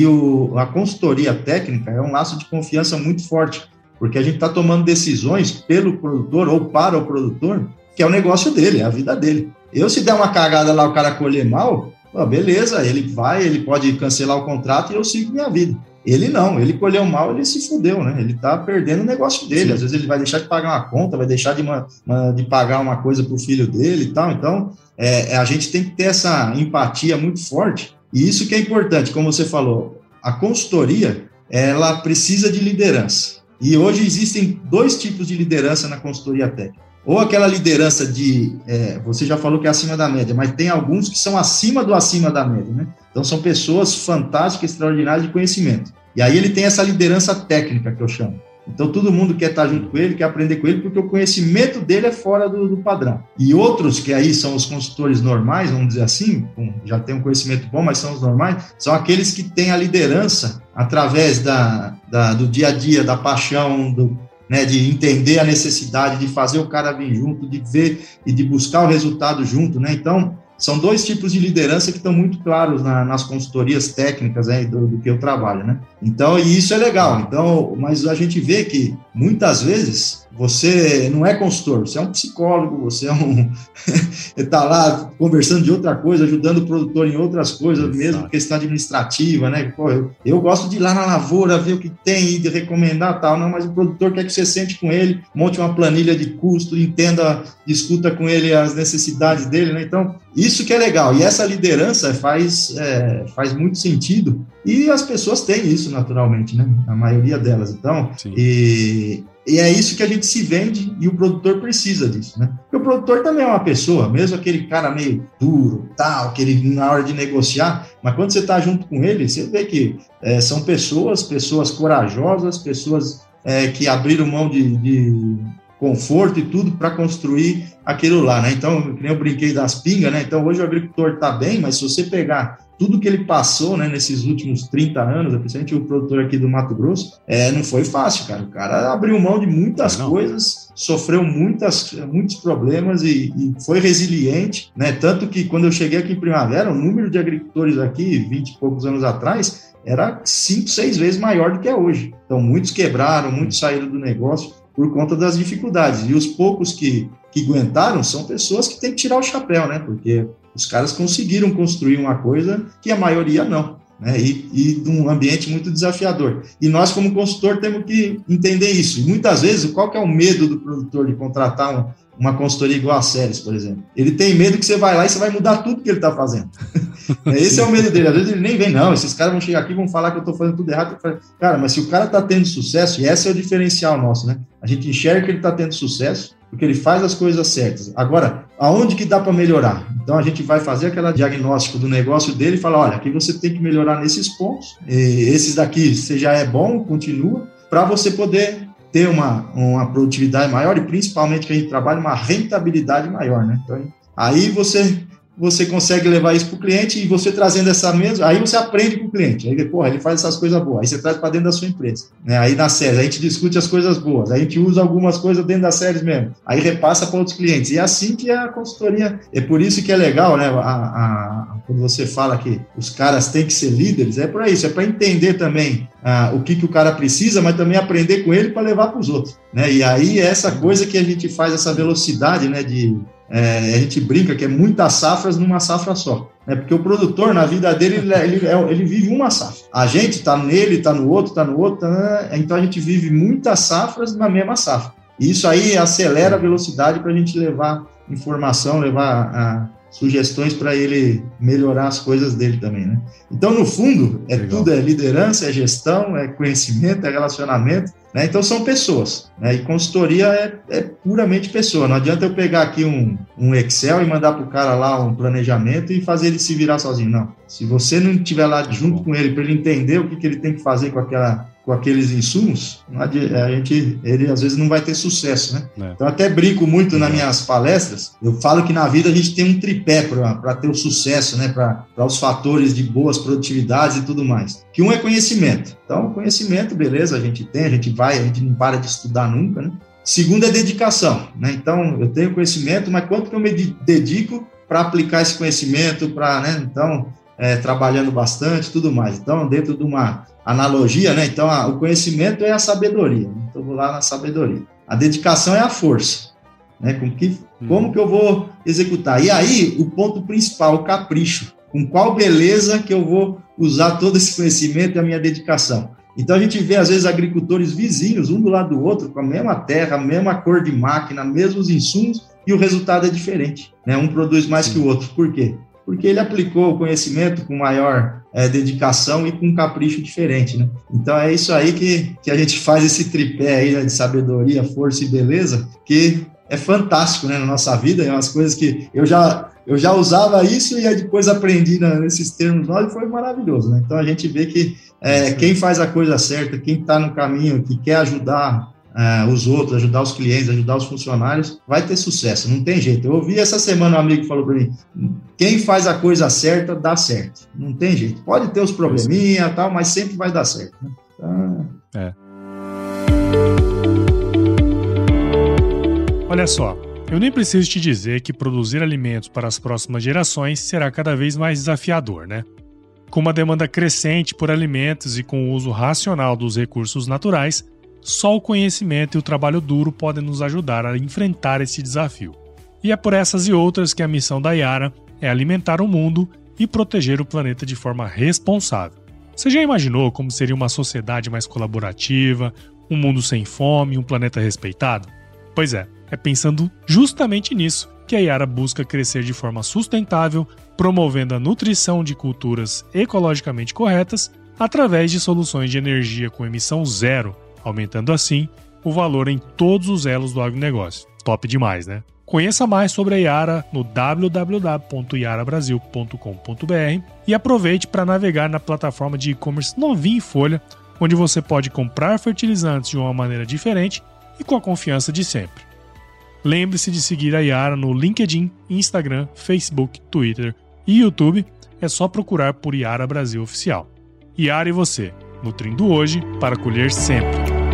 A consultoria técnica é um laço de confiança muito forte, porque a gente está tomando decisões pelo produtor ou para o produtor, que é o negócio dele, é a vida dele. Se der uma cagada lá, o cara colher mal, beleza, ele pode cancelar o contrato e eu sigo minha vida. Ele não, ele colheu mal, ele se fudeu, né? Ele tá perdendo o negócio dele. Sim. Às vezes ele vai deixar de pagar uma conta, vai deixar de pagar uma coisa pro filho dele e tal. Então, a gente tem que ter essa empatia muito forte. E isso que é importante, como você falou, a consultoria, ela precisa de liderança. E hoje existem 2 tipos de liderança na consultoria técnica. Ou aquela liderança você já falou que é acima da média, mas tem alguns que são acima da média, né? Então, são pessoas fantásticas, extraordinárias de conhecimento. E aí ele tem essa liderança técnica, que eu chamo. Então, todo mundo quer estar junto com ele, quer aprender com ele, porque o conhecimento dele é fora do padrão. E outros, que aí são os consultores normais, vamos dizer assim, já tem um conhecimento bom, mas são os normais, são aqueles que têm a liderança através do dia a dia, da paixão, de entender a necessidade, de fazer o cara vir junto, de ver e de buscar o resultado junto, né? Então, são 2 tipos de liderança que estão muito claros nas consultorias técnicas do que eu trabalho, né? Então, e isso é legal. Então, mas a gente vê que, muitas vezes, você não é consultor, você é um psicólogo, você está lá conversando de outra coisa, ajudando o produtor em outras coisas, exato, mesmo questão administrativa, né? Pô, eu gosto de ir lá na lavoura, ver o que tem e de recomendar tal, não, mas o produtor quer que você sente com ele, monte uma planilha de custo, entenda, discuta com ele as necessidades dele, né? Então, isso que é legal. E essa liderança faz muito sentido e as pessoas têm isso naturalmente, né? A maioria delas. Então, e é isso que a gente se vende e o produtor precisa disso, né? Porque o produtor também é uma pessoa, mesmo aquele cara meio duro, tal, que ele na hora de negociar, mas quando você está junto com ele, você vê que são pessoas corajosas, pessoas que abriram mão de conforto e tudo para construir aquilo lá, né? Então, que nem eu brinquei das pingas, né? Então, hoje o agricultor está bem, mas se você pegar tudo que ele passou, né, nesses últimos 30 anos, principalmente o produtor aqui do Mato Grosso, não foi fácil, cara. O cara abriu mão de muitas coisas, sofreu muitos problemas e foi resiliente, né? Tanto que quando eu cheguei aqui em Primavera, o número de agricultores aqui, 20 e poucos anos atrás, era 5, 6 vezes maior do que é hoje. Então, muitos quebraram, muitos saíram do negócio por conta das dificuldades. E os poucos que aguentaram são pessoas que têm que tirar o chapéu, né? Porque os caras conseguiram construir uma coisa que a maioria não, né? E de um ambiente muito desafiador. E nós, como consultor, temos que entender isso. E muitas vezes, qual que é o medo do produtor de contratar uma consultoria igual a Ceres, por exemplo? Ele tem medo que você vai lá e você vai mudar tudo que ele está fazendo. Esse é o medo dele. Às vezes ele nem vem, não, esses caras vão chegar aqui e vão falar que eu estou fazendo tudo errado. Cara, mas se o cara está tendo sucesso, e esse é o diferencial nosso, né? A gente enxerga que ele está tendo sucesso, porque ele faz as coisas certas. Agora, aonde que dá para melhorar? Então, a gente vai fazer aquele diagnóstico do negócio dele e falar, olha, aqui você tem que melhorar nesses pontos, esses daqui você já é bom, continua, para você poder ter uma produtividade maior e, principalmente, que a gente trabalha uma rentabilidade maior, né? Então, aí você consegue levar isso para o cliente e você trazendo essa mesma, aí você aprende com o cliente, aí ele faz essas coisas boas, aí você traz para dentro da sua empresa, né? Aí na Ceres, a gente discute as coisas boas, aí a gente usa algumas coisas dentro da Ceres mesmo, aí repassa para outros clientes, e é assim que é a consultoria, é por isso que é legal, né? Quando você fala que os caras têm que ser líderes, é para isso, é para entender também o que o cara precisa, mas também aprender com ele para levar para os outros, né? E aí é essa coisa que a gente faz, essa velocidade, né, a gente brinca que é muitas safras numa safra só, né? Porque o produtor, na vida dele, ele vive uma safra. A gente está nele, está no outro, então a gente vive muitas safras na mesma safra. E isso aí acelera a velocidade para a gente levar informação, levar sugestões para ele melhorar as coisas dele também, né? Então, no fundo, tudo é liderança, é gestão, é conhecimento, é relacionamento, né? Então, são pessoas, né? E consultoria é puramente pessoa. Não adianta eu pegar aqui um Excel e mandar para o cara lá um planejamento e fazer ele se virar sozinho, não. Se você não estiver lá junto com ele para ele entender o que ele tem que fazer com aqueles insumos, ele às vezes não vai ter sucesso, né? Então, até brinco muito nas minhas palestras, eu falo que na vida a gente tem um tripé para ter o sucesso, né? Para os fatores de boas produtividades e tudo mais. Que um é conhecimento. Então, conhecimento, beleza, a gente não para de estudar nunca, né? Segundo é dedicação, né? Então, eu tenho conhecimento, mas quanto que eu me dedico para aplicar esse conhecimento, né? Então, trabalhando bastante e tudo mais. Então, dentro de uma analogia, né? Então, o conhecimento é a sabedoria. Né? Então, vou lá na sabedoria. A dedicação é a força, né? Como que eu vou executar? E aí, o ponto principal, o capricho. Com qual beleza que eu vou usar todo esse conhecimento e a minha dedicação? Então, a gente vê, às vezes, agricultores vizinhos, um do lado do outro, com a mesma terra, a mesma cor de máquina, mesmos insumos, e o resultado é diferente, né? Um produz mais que o outro. Por quê? Porque ele aplicou o conhecimento com maior dedicação e com um capricho diferente, né? Então, é isso aí que a gente faz esse tripé aí, né, de sabedoria, força e beleza, que é fantástico, né, na nossa vida, é umas coisas que eu já usava isso e aí depois aprendi nesses termos novos e foi maravilhoso, né? Então, a gente vê que quem faz a coisa certa, quem está no caminho, que quer ajudar os outros, ajudar os clientes, ajudar os funcionários, vai ter sucesso, não tem jeito. Eu ouvi essa semana um amigo que falou para mim, quem faz a coisa certa, dá certo. Não tem jeito. Pode ter os probleminha e tal, mas sempre vai dar certo. Né? Olha só, eu nem preciso te dizer que produzir alimentos para as próximas gerações será cada vez mais desafiador, né? Com uma demanda crescente por alimentos e com o uso racional dos recursos naturais, só o conhecimento e o trabalho duro podem nos ajudar a enfrentar esse desafio. E é por essas e outras que a missão da Yara é alimentar o mundo e proteger o planeta de forma responsável. Você já imaginou como seria uma sociedade mais colaborativa, um mundo sem fome, um planeta respeitado? Pois é pensando justamente nisso que a Yara busca crescer de forma sustentável, promovendo a nutrição de culturas ecologicamente corretas através de soluções de energia com emissão zero, aumentando assim o valor em todos os elos do agronegócio. Top demais, né? Conheça mais sobre a Yara no www.yarabrasil.com.br e aproveite para navegar na plataforma de e-commerce novinha em folha, onde você pode comprar fertilizantes de uma maneira diferente e com a confiança de sempre. Lembre-se de seguir a Yara no LinkedIn, Instagram, Facebook, Twitter e YouTube. É só procurar por Yara Brasil Oficial. Yara e você, nutrindo hoje para colher sempre.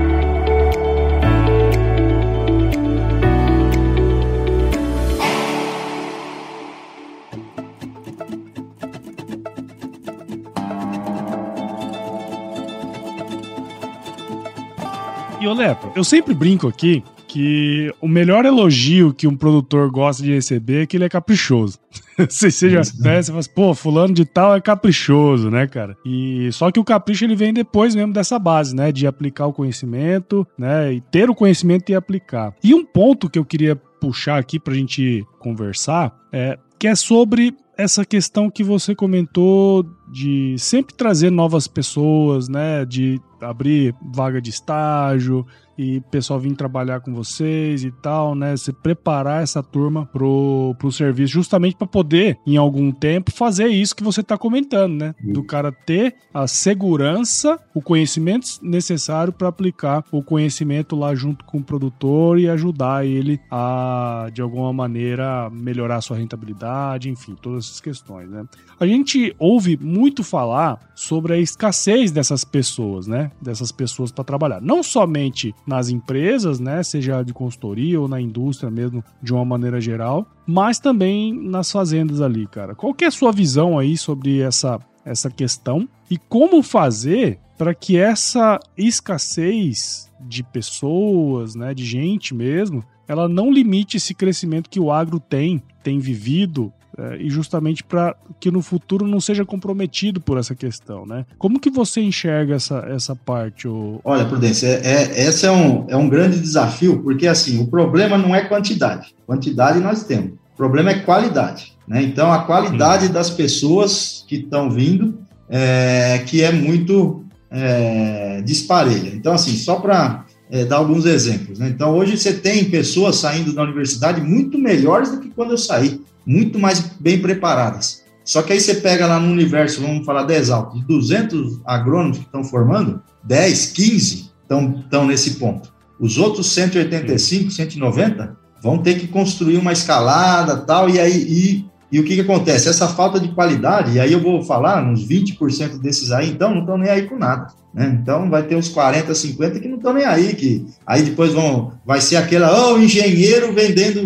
E ô Lepra, eu sempre brinco aqui que o melhor elogio que um produtor gosta de receber é que ele é caprichoso. Você fala assim, pô, fulano de tal é caprichoso, né, cara? E só que o capricho ele vem depois mesmo dessa base, né, de aplicar o conhecimento, né, e ter o conhecimento e aplicar. E um ponto que eu queria puxar aqui pra gente conversar que é sobre essa questão que você comentou de sempre trazer novas pessoas, né, de abrir vaga de estágio e o pessoal vir trabalhar com vocês e tal, né? Você preparar essa turma pro serviço justamente para poder, em algum tempo, fazer isso que você está comentando, né? Do cara ter a segurança, o conhecimento necessário para aplicar o conhecimento lá junto com o produtor e ajudar ele a, de alguma maneira, melhorar a sua rentabilidade, enfim, todas essas questões, né? A gente ouve muito falar sobre a escassez dessas pessoas, né? Dessas pessoas para trabalhar. Não somente nas empresas, né, seja de consultoria ou na indústria mesmo, de uma maneira geral, mas também nas fazendas ali, cara. Qual que é a sua visão aí sobre essa questão e como fazer para que essa escassez de pessoas, né, de gente mesmo, ela não limite esse crescimento que o agro tem vivido, e justamente para que no futuro não seja comprometido por essa questão, né? Como que você enxerga essa parte? Olha, Prudência, esse é um grande desafio, porque assim, o problema não é quantidade. Quantidade nós temos. O problema é qualidade. né? Então, a qualidade das pessoas que estão vindo, que é muito disparelha. Então, assim, só para dar alguns exemplos, né? Então, hoje você tem pessoas saindo da universidade muito melhores do que quando eu saí, muito mais bem preparadas. Só que aí você pega lá no universo, vamos falar da Exalc, de 200 agrônomos que estão formando, 10, 15 estão nesse ponto. Os outros 185, 190 vão ter que construir uma escalada tal, e o que acontece? Essa falta de qualidade, e aí eu vou falar, uns 20% desses aí, então, não estão nem aí com nada, né? Então, vai ter uns 40, 50 que não estão nem aí, que aí depois vai ser aquela, engenheiro vendendo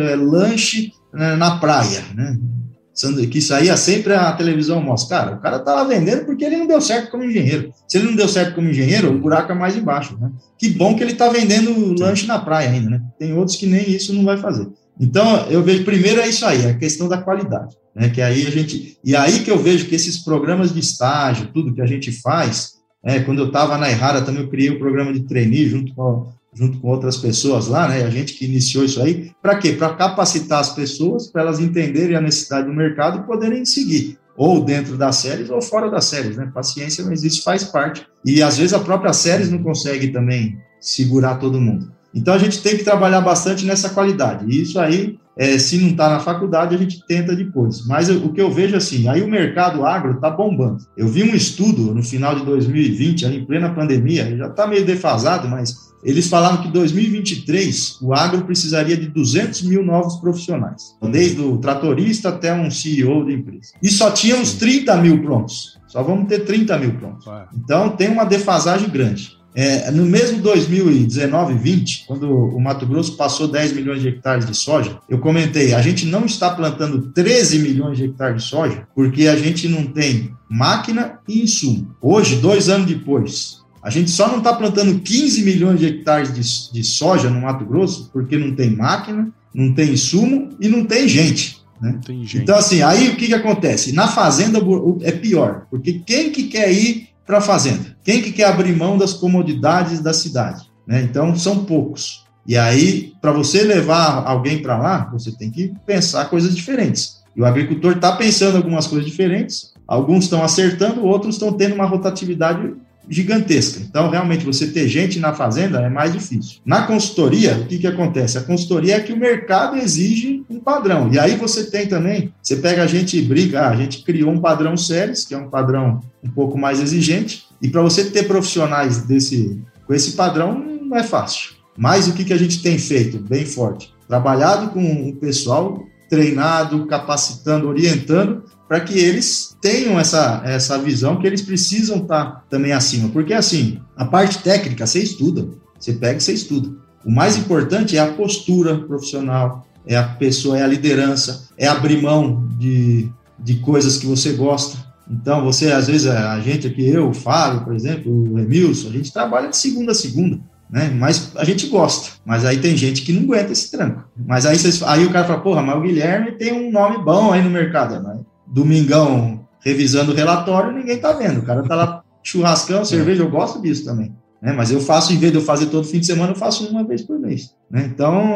lanche na praia, né? Que isso aí sempre a televisão mostra. Cara, o cara tá lá vendendo porque ele não deu certo como engenheiro. Se ele não deu certo como engenheiro, o buraco é mais embaixo, né? Que bom que ele tá vendendo lanche na praia ainda, né? Tem outros que nem isso não vai fazer. Então, eu vejo, primeiro é isso aí, a questão da qualidade, né? Que aí e aí que eu vejo que esses programas de estágio, tudo que a gente faz, quando eu estava na Errara também eu criei um programa de trainee junto com outras pessoas lá, né? A gente que iniciou isso aí, para quê? Para capacitar as pessoas, para elas entenderem a necessidade do mercado e poderem seguir, ou dentro das séries ou fora das séries, né? Paciência não existe, faz parte. E às vezes a própria séries não consegue também segurar todo mundo. Então a gente tem que trabalhar bastante nessa qualidade. E isso aí, se não está na faculdade, a gente tenta depois. Mas o que eu vejo assim, aí o mercado agro está bombando. Eu vi um estudo no final de 2020, ali em plena pandemia, já está meio defasado, mas eles falaram que em 2023 o agro precisaria de 200 mil novos profissionais, desde o tratorista até um CEO de empresa. E só tínhamos 30 mil prontos, só vamos ter 30 mil prontos. Então tem uma defasagem grande. No mesmo 2019 e 20, quando o Mato Grosso passou 10 milhões de hectares de soja, eu comentei, a gente não está plantando 13 milhões de hectares de soja porque a gente não tem máquina e insumo. Hoje, 2 anos depois, a gente só não está plantando 15 milhões de hectares de soja no Mato Grosso porque não tem máquina, não tem insumo e não tem gente, né? Então, assim, aí o que acontece? Na fazenda é pior, porque quem que quer ir para a fazenda? Quem que quer abrir mão das comodidades da cidade, né? Então, são poucos. E aí, para você levar alguém para lá, você tem que pensar coisas diferentes. E o agricultor está pensando algumas coisas diferentes, alguns estão acertando, outros estão tendo uma rotatividade gigantesca. Então, realmente, você ter gente na fazenda é mais difícil. Na consultoria, o que acontece? A consultoria é que o mercado exige um padrão. E aí você tem também, você pega a gente e briga, a gente criou um padrão séries, que é um padrão um pouco mais exigente, e para você ter profissionais com esse padrão, não é fácil. Mas o que a gente tem feito bem forte? Trabalhado com o pessoal, treinado, capacitando, orientando, para que eles tenham essa visão que eles precisam estar também acima. Porque, assim, a parte técnica, você estuda, você pega e você estuda. O mais importante é a postura profissional, é a pessoa, é a liderança, é abrir mão de coisas que você gosta. Então, você, às vezes, a gente aqui, eu, o Fábio, por exemplo, o Emilson, a gente trabalha de segunda a segunda, né? Mas a gente gosta. Mas aí tem gente que não aguenta esse tranco. Mas aí o cara fala, porra, mas o Guilherme tem um nome bom aí no mercado, né? Domingão, revisando o relatório, ninguém tá vendo. O cara tá lá churrascão, cerveja, eu gosto disso também, né? Mas eu faço, em vez de eu fazer todo fim de semana, eu faço uma vez por mês, né? Então,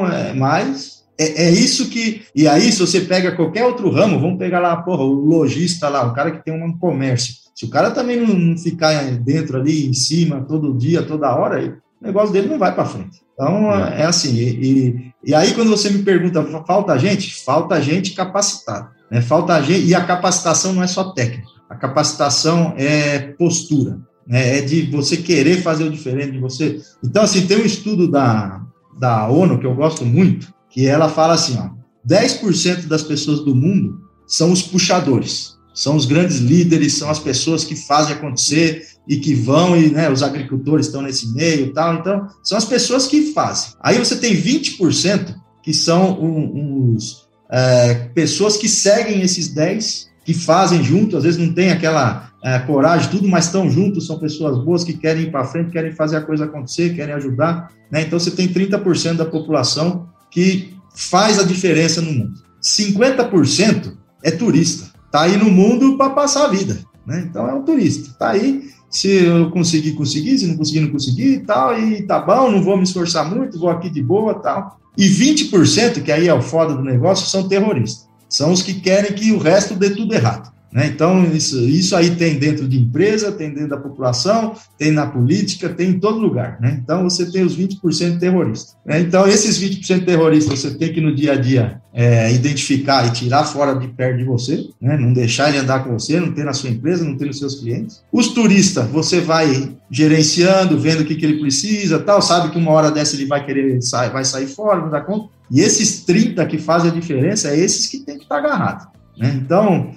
é isso que... E aí, se você pega qualquer outro ramo, vamos pegar lá, porra, o lojista lá, o cara que tem um comércio. Se o cara também não ficar dentro ali, em cima, todo dia, toda hora, o negócio dele não vai para frente. Então, é assim. E aí, quando você me pergunta, falta gente capacitada. Né? Falta gente, e a capacitação não é só técnica, a capacitação é postura, né? É de você querer fazer o diferente de você. Então, assim, tem um estudo da ONU que eu gosto muito, que ela fala assim, 10% das pessoas do mundo são os puxadores, são os grandes líderes, são as pessoas que fazem acontecer e que vão, e né, os agricultores estão nesse meio e tal, então, são as pessoas que fazem. Aí você tem 20% que são pessoas que seguem esses 10, que fazem junto, às vezes não tem aquela coragem, tudo, mas estão juntos, são pessoas boas que querem ir para frente, querem fazer a coisa acontecer, querem ajudar, né? Então você tem 30% da população que faz a diferença no mundo. 50% é turista, está aí no mundo para passar a vida, né? Então é um turista, está aí, se eu conseguir, se não conseguir, não conseguir e tal, e tá bom, não vou me esforçar muito, vou aqui de boa e tal. E 20%, que aí é o foda do negócio, são terroristas. são os que querem que o resto dê tudo errado. Né? Então, isso aí tem dentro de empresa, tem dentro da população, tem na política, tem em todo lugar. Né? Então, você tem os 20% terroristas. Né? Então, esses 20% terroristas, você tem que, no dia a dia, identificar e tirar fora de perto de você, né? Não deixar ele andar com você, não ter na sua empresa, não ter nos seus clientes. Os turistas, você vai gerenciando, vendo o que ele precisa, tal, sabe que uma hora dessa ele vai querer vai sair fora, não dá conta. E esses 30 que fazem a diferença, é esses que tem que estar agarrados. Né? Então,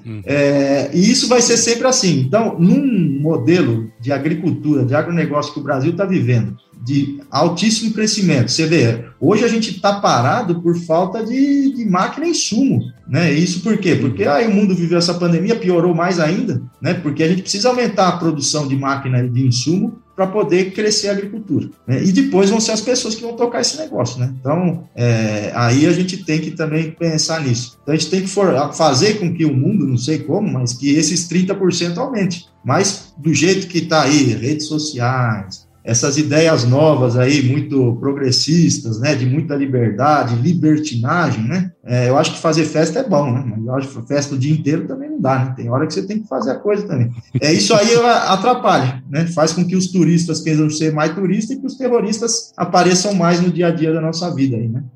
e isso vai ser sempre assim. Então, num modelo de agricultura, de agronegócio que o Brasil está vivendo, de altíssimo crescimento, você vê, hoje a gente está parado por falta de máquina e insumo. Né? Isso por quê? Porque aí o mundo viveu essa pandemia, piorou mais ainda, né? Porque a gente precisa aumentar a produção de máquina e de insumo para poder crescer a agricultura. Né? E depois vão ser as pessoas que vão tocar esse negócio. Né? Então, aí a gente tem que também pensar nisso. Então, a gente tem que fazer com que o mundo, não sei como, mas que esses 30% aumente. Mas do jeito que está aí, redes sociais, essas ideias novas aí, muito progressistas, né, de muita liberdade, libertinagem, né, eu acho que fazer festa é bom, né, mas eu acho que festa o dia inteiro também não dá, né, tem hora que você tem que fazer a coisa também. Isso aí atrapalha, né, faz com que os turistas queiram ser mais turistas e que os terroristas apareçam mais no dia a dia da nossa vida aí, né.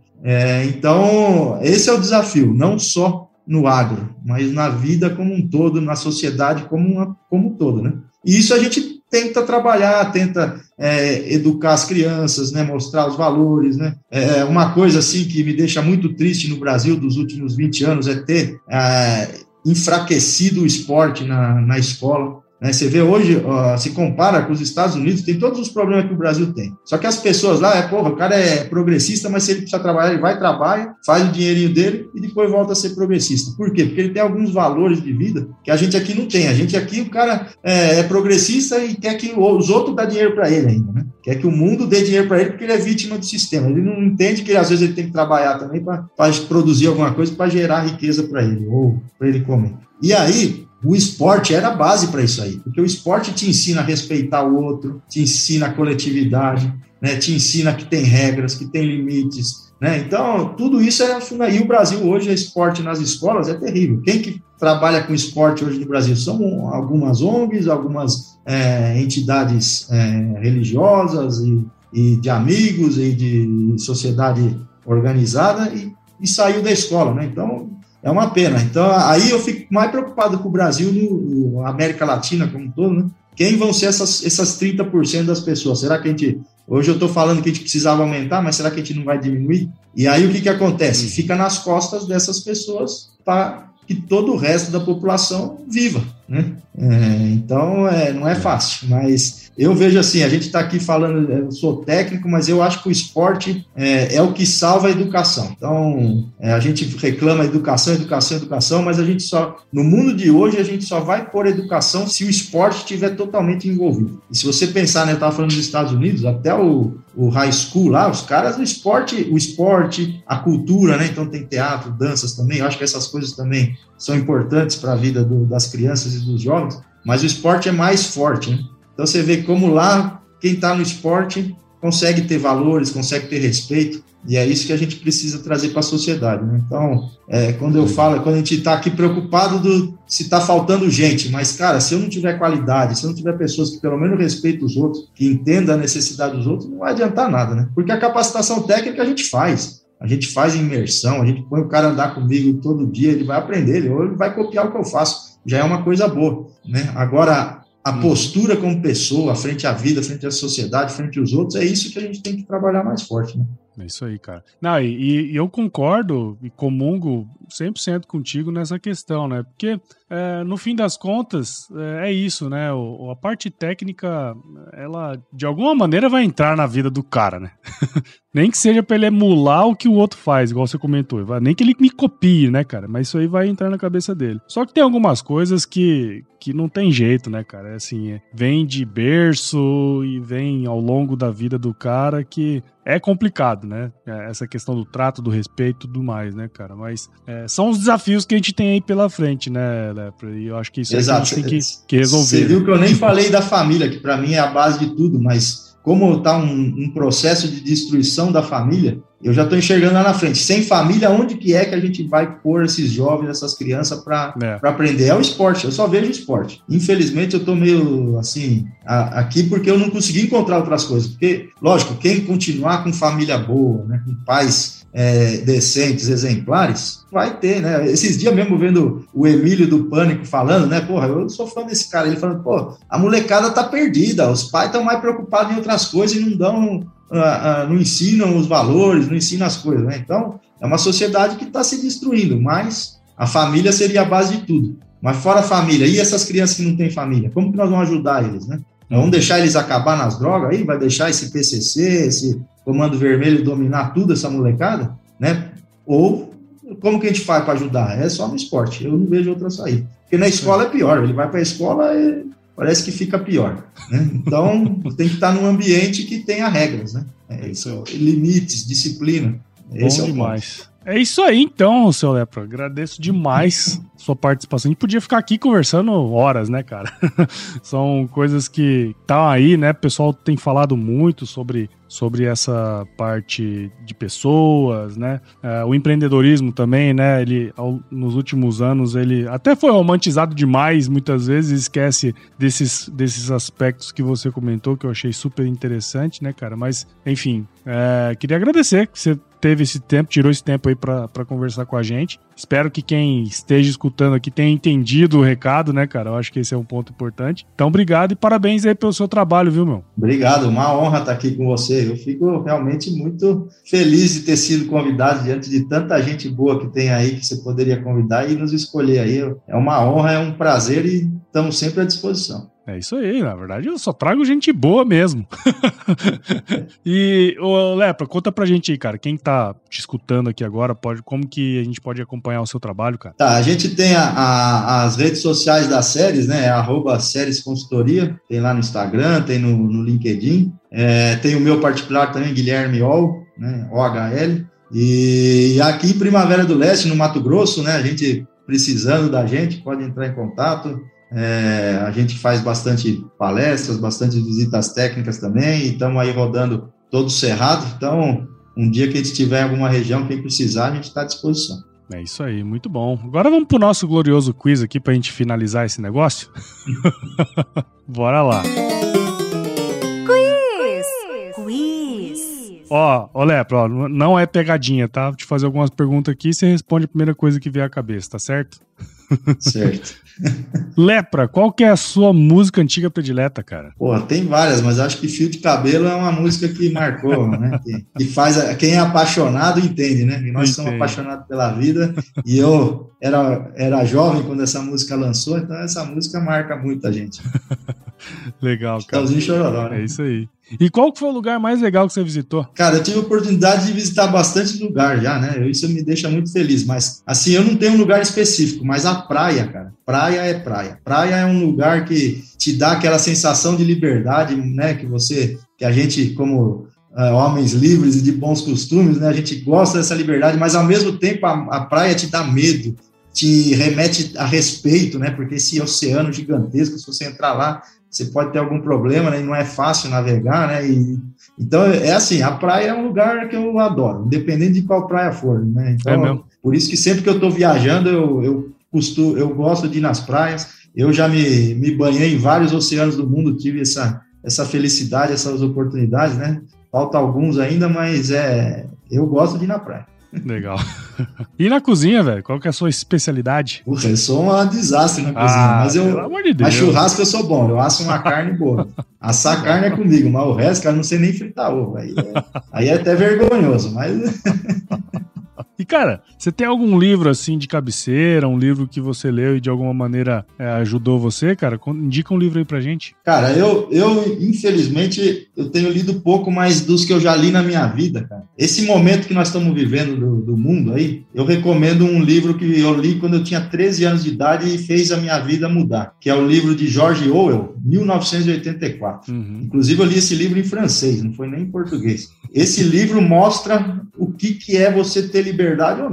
Então, esse é o desafio, não só no agro, mas na vida como um todo, na sociedade como um todo, né, e isso a gente tenta trabalhar, tenta educar as crianças, né, mostrar os valores, né. Uma coisa assim que me deixa muito triste no Brasil dos últimos 20 anos é ter enfraquecido o esporte na escola. Né? Você vê hoje, se compara com os Estados Unidos, tem todos os problemas que o Brasil tem. Só que as pessoas lá, o cara é progressista, mas se ele precisa trabalhar, ele vai, trabalha, faz o dinheirinho dele e depois volta a ser progressista. Por quê? Porque ele tem alguns valores de vida que a gente aqui não tem. A gente aqui, o cara é progressista e quer que os outros dêem dinheiro para ele ainda, né? Quer que o mundo dê dinheiro para ele porque ele é vítima do sistema. Ele não entende que às vezes ele tem que trabalhar também para produzir alguma coisa para gerar riqueza para ele, ou para ele comer. E aí, o esporte era a base para isso aí, porque o esporte te ensina a respeitar o outro, te ensina a coletividade, né, te ensina que tem regras, que tem limites, né? Então, tudo isso é fundamental. E o Brasil hoje, o esporte nas escolas é terrível. Quem que trabalha com esporte hoje no Brasil? São algumas ONGs, algumas entidades religiosas e de amigos e de sociedade organizada e saiu da escola, né? Então, é uma pena. Então, aí eu fico mais preocupado com o Brasil, na América Latina como um todo, né? Quem vão ser essas 30% das pessoas? Será que a gente... Hoje eu estou falando que a gente precisava aumentar, mas será que a gente não vai diminuir? E aí o que acontece? Fica nas costas dessas pessoas para que todo o resto da população viva, né? Então, não é fácil, mas eu vejo assim, a gente está aqui falando, eu sou técnico, mas eu acho que o esporte é o que salva a educação. Então, a gente reclama educação, mas a gente no mundo de hoje, a gente só vai pôr educação se o esporte estiver totalmente envolvido. E se você pensar, né, eu estava falando dos Estados Unidos, até o high school lá, os caras, o esporte, a cultura, né, então tem teatro, danças também, eu acho que essas coisas também são importantes para a vida das crianças e dos jovens, mas o esporte é mais forte, né? Então, você vê como lá, quem está no esporte consegue ter valores, consegue ter respeito, e é isso que a gente precisa trazer para a sociedade, né? Então, quando a gente está aqui preocupado se está faltando gente, mas, cara, se eu não tiver qualidade, se eu não tiver pessoas que pelo menos respeitem os outros, que entendam a necessidade dos outros, não vai adiantar nada, né? Porque a capacitação técnica a gente faz imersão, a gente põe o cara andar comigo todo dia, ele vai aprender, ou ele vai copiar o que eu faço, já é uma coisa boa, né? Agora, a postura como pessoa, frente à vida, frente à sociedade, frente aos outros, é isso que a gente tem que trabalhar mais forte, né? É isso aí, cara. Não, e eu concordo e comungo 100% contigo nessa questão, né? Porque, no fim das contas, é isso, né? A parte técnica, ela, de alguma maneira, vai entrar na vida do cara, né? Nem que seja pra ele emular o que o outro faz, igual você comentou. Nem que ele me copie, né, cara? Mas isso aí vai entrar na cabeça dele. Só que tem algumas coisas que não tem jeito, né, cara? É assim, vem de berço e vem ao longo da vida do cara que é complicado, né? Essa questão do trato, do respeito e tudo mais, né, cara? Mas são os desafios que a gente tem aí pela frente, né, Lepra? E eu acho que isso é que a gente tem que resolver. Você viu que eu nem falei da família, que pra mim é a base de tudo, mas como está um processo de destruição da família, eu já estou enxergando lá na frente. Sem família, onde que é que a gente vai pôr esses jovens, essas crianças para aprender? É o esporte, eu só vejo esporte. Infelizmente, eu estou meio assim, aqui porque eu não consegui encontrar outras coisas. Porque, lógico, quem continuar com família boa, né, com pais decentes, exemplares, vai ter, né? Esses dias mesmo vendo o Emílio do Pânico falando, né? Porra, eu sou fã desse cara. Ele falando, pô, a molecada tá perdida, os pais estão mais preocupados em outras coisas e não ensinam os valores, não ensinam as coisas, né? Então, é uma sociedade que está se destruindo, mas a família seria a base de tudo. Mas fora a família, e essas crianças que não têm família? Como que nós vamos ajudar eles, né? Vamos deixar eles acabar nas drogas aí? Vai deixar esse PCC, esse Comando Vermelho dominar tudo, essa molecada, né? Ou como que a gente faz para ajudar? É só no esporte, eu não vejo outra saída. Porque na escola é pior, ele vai para a escola e parece que fica pior, né? Então, tem que estar num ambiente que tenha regras, né? Limites, disciplina. Esse é o demais. É isso aí, então, seu Lepra. Agradeço demais sua participação. A gente podia ficar aqui conversando horas, né, cara? São coisas que estão aí, né? O pessoal tem falado muito sobre essa parte de pessoas, né? O empreendedorismo também, né? Ele, nos últimos anos, ele até foi romantizado demais, muitas vezes, esquece desses aspectos que você comentou, que eu achei super interessante, né, cara? Mas, enfim, queria agradecer que você teve esse tempo, tirou esse tempo aí pra conversar com a gente. Espero que quem esteja escutando aqui tenha entendido o recado, né, cara? Eu acho que esse é um ponto importante. Então, obrigado e parabéns aí pelo seu trabalho, viu, meu? Obrigado, uma honra estar aqui com você. Eu fico realmente muito feliz de ter sido convidado diante de tanta gente boa que tem aí, que você poderia convidar e nos escolher aí. É uma honra, é um prazer e estamos sempre à disposição. É isso aí, na verdade eu só trago gente boa mesmo. E, ô Lepra, conta pra gente aí, cara, quem tá te escutando aqui agora, como que a gente pode acompanhar o seu trabalho, cara? Tá, a gente tem as redes sociais das séries, né, @séries consultoria, tem lá no Instagram, tem no LinkedIn, tem o meu particular também, Guilherme Ol, né, OHL, e aqui em Primavera do Leste, no Mato Grosso, né, a gente precisando da gente, pode entrar em contato. A gente faz bastante palestras, bastante visitas técnicas também, e estamos aí rodando todo o Cerrado. Então, um dia que a gente tiver em alguma região, quem precisar, a gente está à disposição. É isso aí, muito bom. Agora vamos pro nosso glorioso quiz aqui para a gente finalizar esse negócio? Bora lá. Quiz! Ó, Lepra, não é pegadinha, tá? Vou te fazer algumas perguntas aqui e você responde a primeira coisa que vier à cabeça, tá certo? Certo. Lepra, qual que é a sua música antiga predileta, cara? Pô, tem várias, mas acho que Fio de Cabelo é uma música que marcou, né? Que faz, quem é apaixonado entende, né? E nós somos apaixonados pela vida, e eu era jovem quando essa música lançou, então essa música marca muito a gente. Legal, cara. Chitãozinho Chororó, né? É isso aí. E qual que foi o lugar mais legal que você visitou? Cara, eu tive a oportunidade de visitar bastante lugar já, né? Isso me deixa muito feliz, mas assim, eu não tenho um lugar específico, mas a praia, cara, praia é praia. Praia é um lugar que te dá aquela sensação de liberdade, né? Que a gente, como homens livres e de bons costumes, né? A gente gosta dessa liberdade, mas ao mesmo tempo a praia te dá medo, te remete a respeito, né? Porque esse oceano gigantesco, se você entrar lá, você pode ter algum problema, né? E não é fácil navegar, né? Então, é assim, a praia é um lugar que eu adoro, independente de qual praia for, né? Então, por isso que sempre que eu estou viajando, eu gosto de ir nas praias. Eu já me banhei em vários oceanos do mundo, tive essa felicidade, essas oportunidades, né? Falta alguns ainda, mas eu gosto de ir na praia. Legal. E na cozinha, velho? Qual que é a sua especialidade? Puxa, eu sou um desastre na cozinha, pelo amor de Deus. Mas churrasco eu sou bom, eu asso uma carne boa. Assar carne é comigo, mas o resto, cara, eu não sei nem fritar ovo. Aí é até vergonhoso, mas... E, cara, você tem algum livro, assim, de cabeceira, um livro que você leu e de alguma maneira ajudou você, cara? Indica um livro aí pra gente. Cara, eu infelizmente, eu tenho lido pouco, mas dos que eu já li na minha vida, cara. Esse momento que nós estamos vivendo do mundo aí, eu recomendo um livro que eu li quando eu tinha 13 anos de idade e fez a minha vida mudar, que é o livro de George Orwell, 1984. Inclusive, eu li esse livro em francês, não foi nem em português. Esse livro mostra o que é você ter liberdade ou não.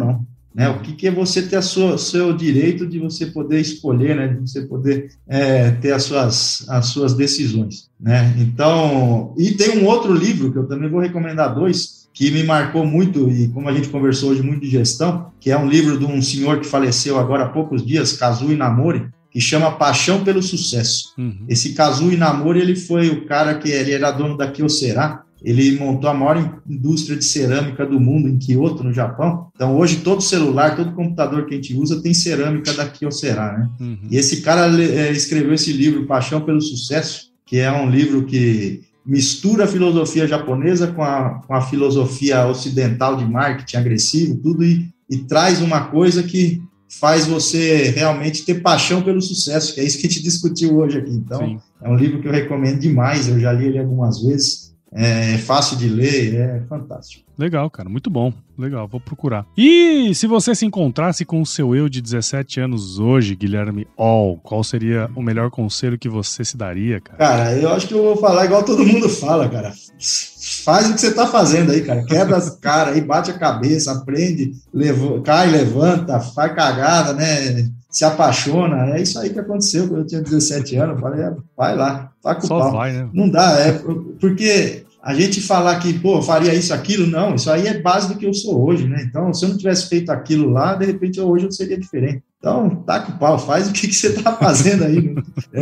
né? O que é você ter seu direito de você poder escolher, né? De você poder ter as suas decisões, né? Então, e tem um outro livro que eu também vou recomendar, 2, que me marcou muito, e como a gente conversou hoje muito de gestão, que é um livro de um senhor que faleceu agora há poucos dias, Kazuo Inamori, que chama Paixão pelo Sucesso. Esse Kazuo Inamori, ele foi o cara que ele era dono da Kyocera. Ele montou a maior indústria de cerâmica do mundo em Kyoto, no Japão. Então, hoje, todo celular, todo computador que a gente usa tem cerâmica da Kyocera, né? E esse cara escreveu esse livro, Paixão pelo Sucesso, que é um livro que mistura a filosofia japonesa com a filosofia ocidental de marketing agressivo, tudo, e traz uma coisa que faz você realmente ter paixão pelo sucesso, que é isso que a gente discutiu hoje aqui. Então, sim, é um livro que eu recomendo demais, eu já li ele algumas vezes. É fácil de ler, é fantástico. Legal, cara, muito bom. Legal, vou procurar. E se você se encontrasse com o seu eu de 17 anos hoje, Guilherme All, qual seria o melhor conselho que você se daria, cara? Cara, eu acho que eu vou falar igual todo mundo fala, cara. Faz o que você tá fazendo aí, cara. Quebra as caras aí, bate a cabeça, aprende, cai, levanta, faz cagada, né? Se apaixona. É isso aí que aconteceu quando eu tinha 17 anos. Eu falei, vai lá, taca o pau. Vai, né? Não dá, porque a gente falar que, pô, faria isso, aquilo, não, isso aí é base do que eu sou hoje, né? Então, se eu não tivesse feito aquilo lá, de repente hoje eu seria diferente. Então, taca o pau, faz o que você tá fazendo aí.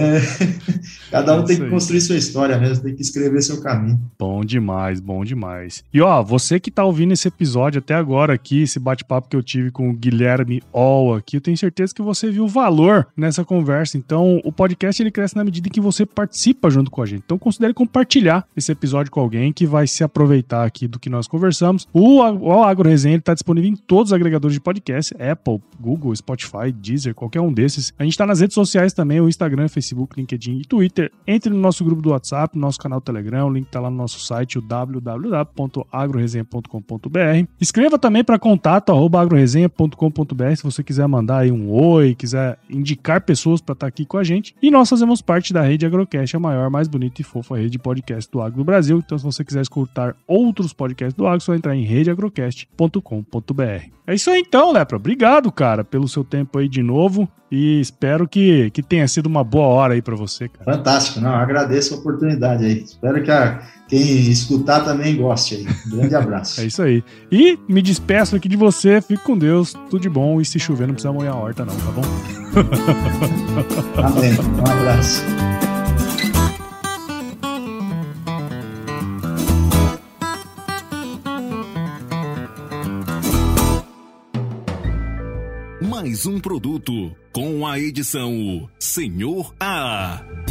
Cada um tem que construir sua história mesmo, tem que escrever seu caminho. Bom demais, bom demais. E ó, você que tá ouvindo esse episódio até agora aqui, esse bate-papo que eu tive com o Guilherme All aqui, eu tenho certeza que você viu valor nessa conversa. Então, o podcast ele cresce na medida em que você participa junto com a gente. Então, considere compartilhar esse episódio com alguém que vai se aproveitar aqui do que nós conversamos. O Agro Resenha está disponível em todos os agregadores de podcast, Apple, Google, Spotify, Deezer, qualquer um desses. A gente está nas redes sociais também, o Instagram, Facebook, LinkedIn e Twitter. Entre no nosso grupo do WhatsApp, no nosso canal Telegram, o link está lá no nosso site, o www.agroresenha.com.br. Escreva também para contato@agroresenha.com.br se você quiser mandar aí um oi, quiser indicar pessoas para estar aqui com a gente. E nós fazemos parte da Rede Agrocast, a maior, mais bonita e fofa rede de podcast do agro do Brasil. Então, se você quiser escutar outros podcasts do agro, é só entrar em redeagrocast.com.br. É isso aí então, Lepra. Obrigado, cara, pelo seu tempo aí de novo e espero que tenha sido uma boa hora aí pra você, cara. Fantástico, não, agradeço a oportunidade aí. Espero que quem escutar também goste aí. Um grande abraço. É isso aí. E me despeço aqui de você, fique com Deus, tudo de bom e se chover não precisa molhar a horta não, tá bom? Amém, um abraço. Mais um produto com a edição Senhor A.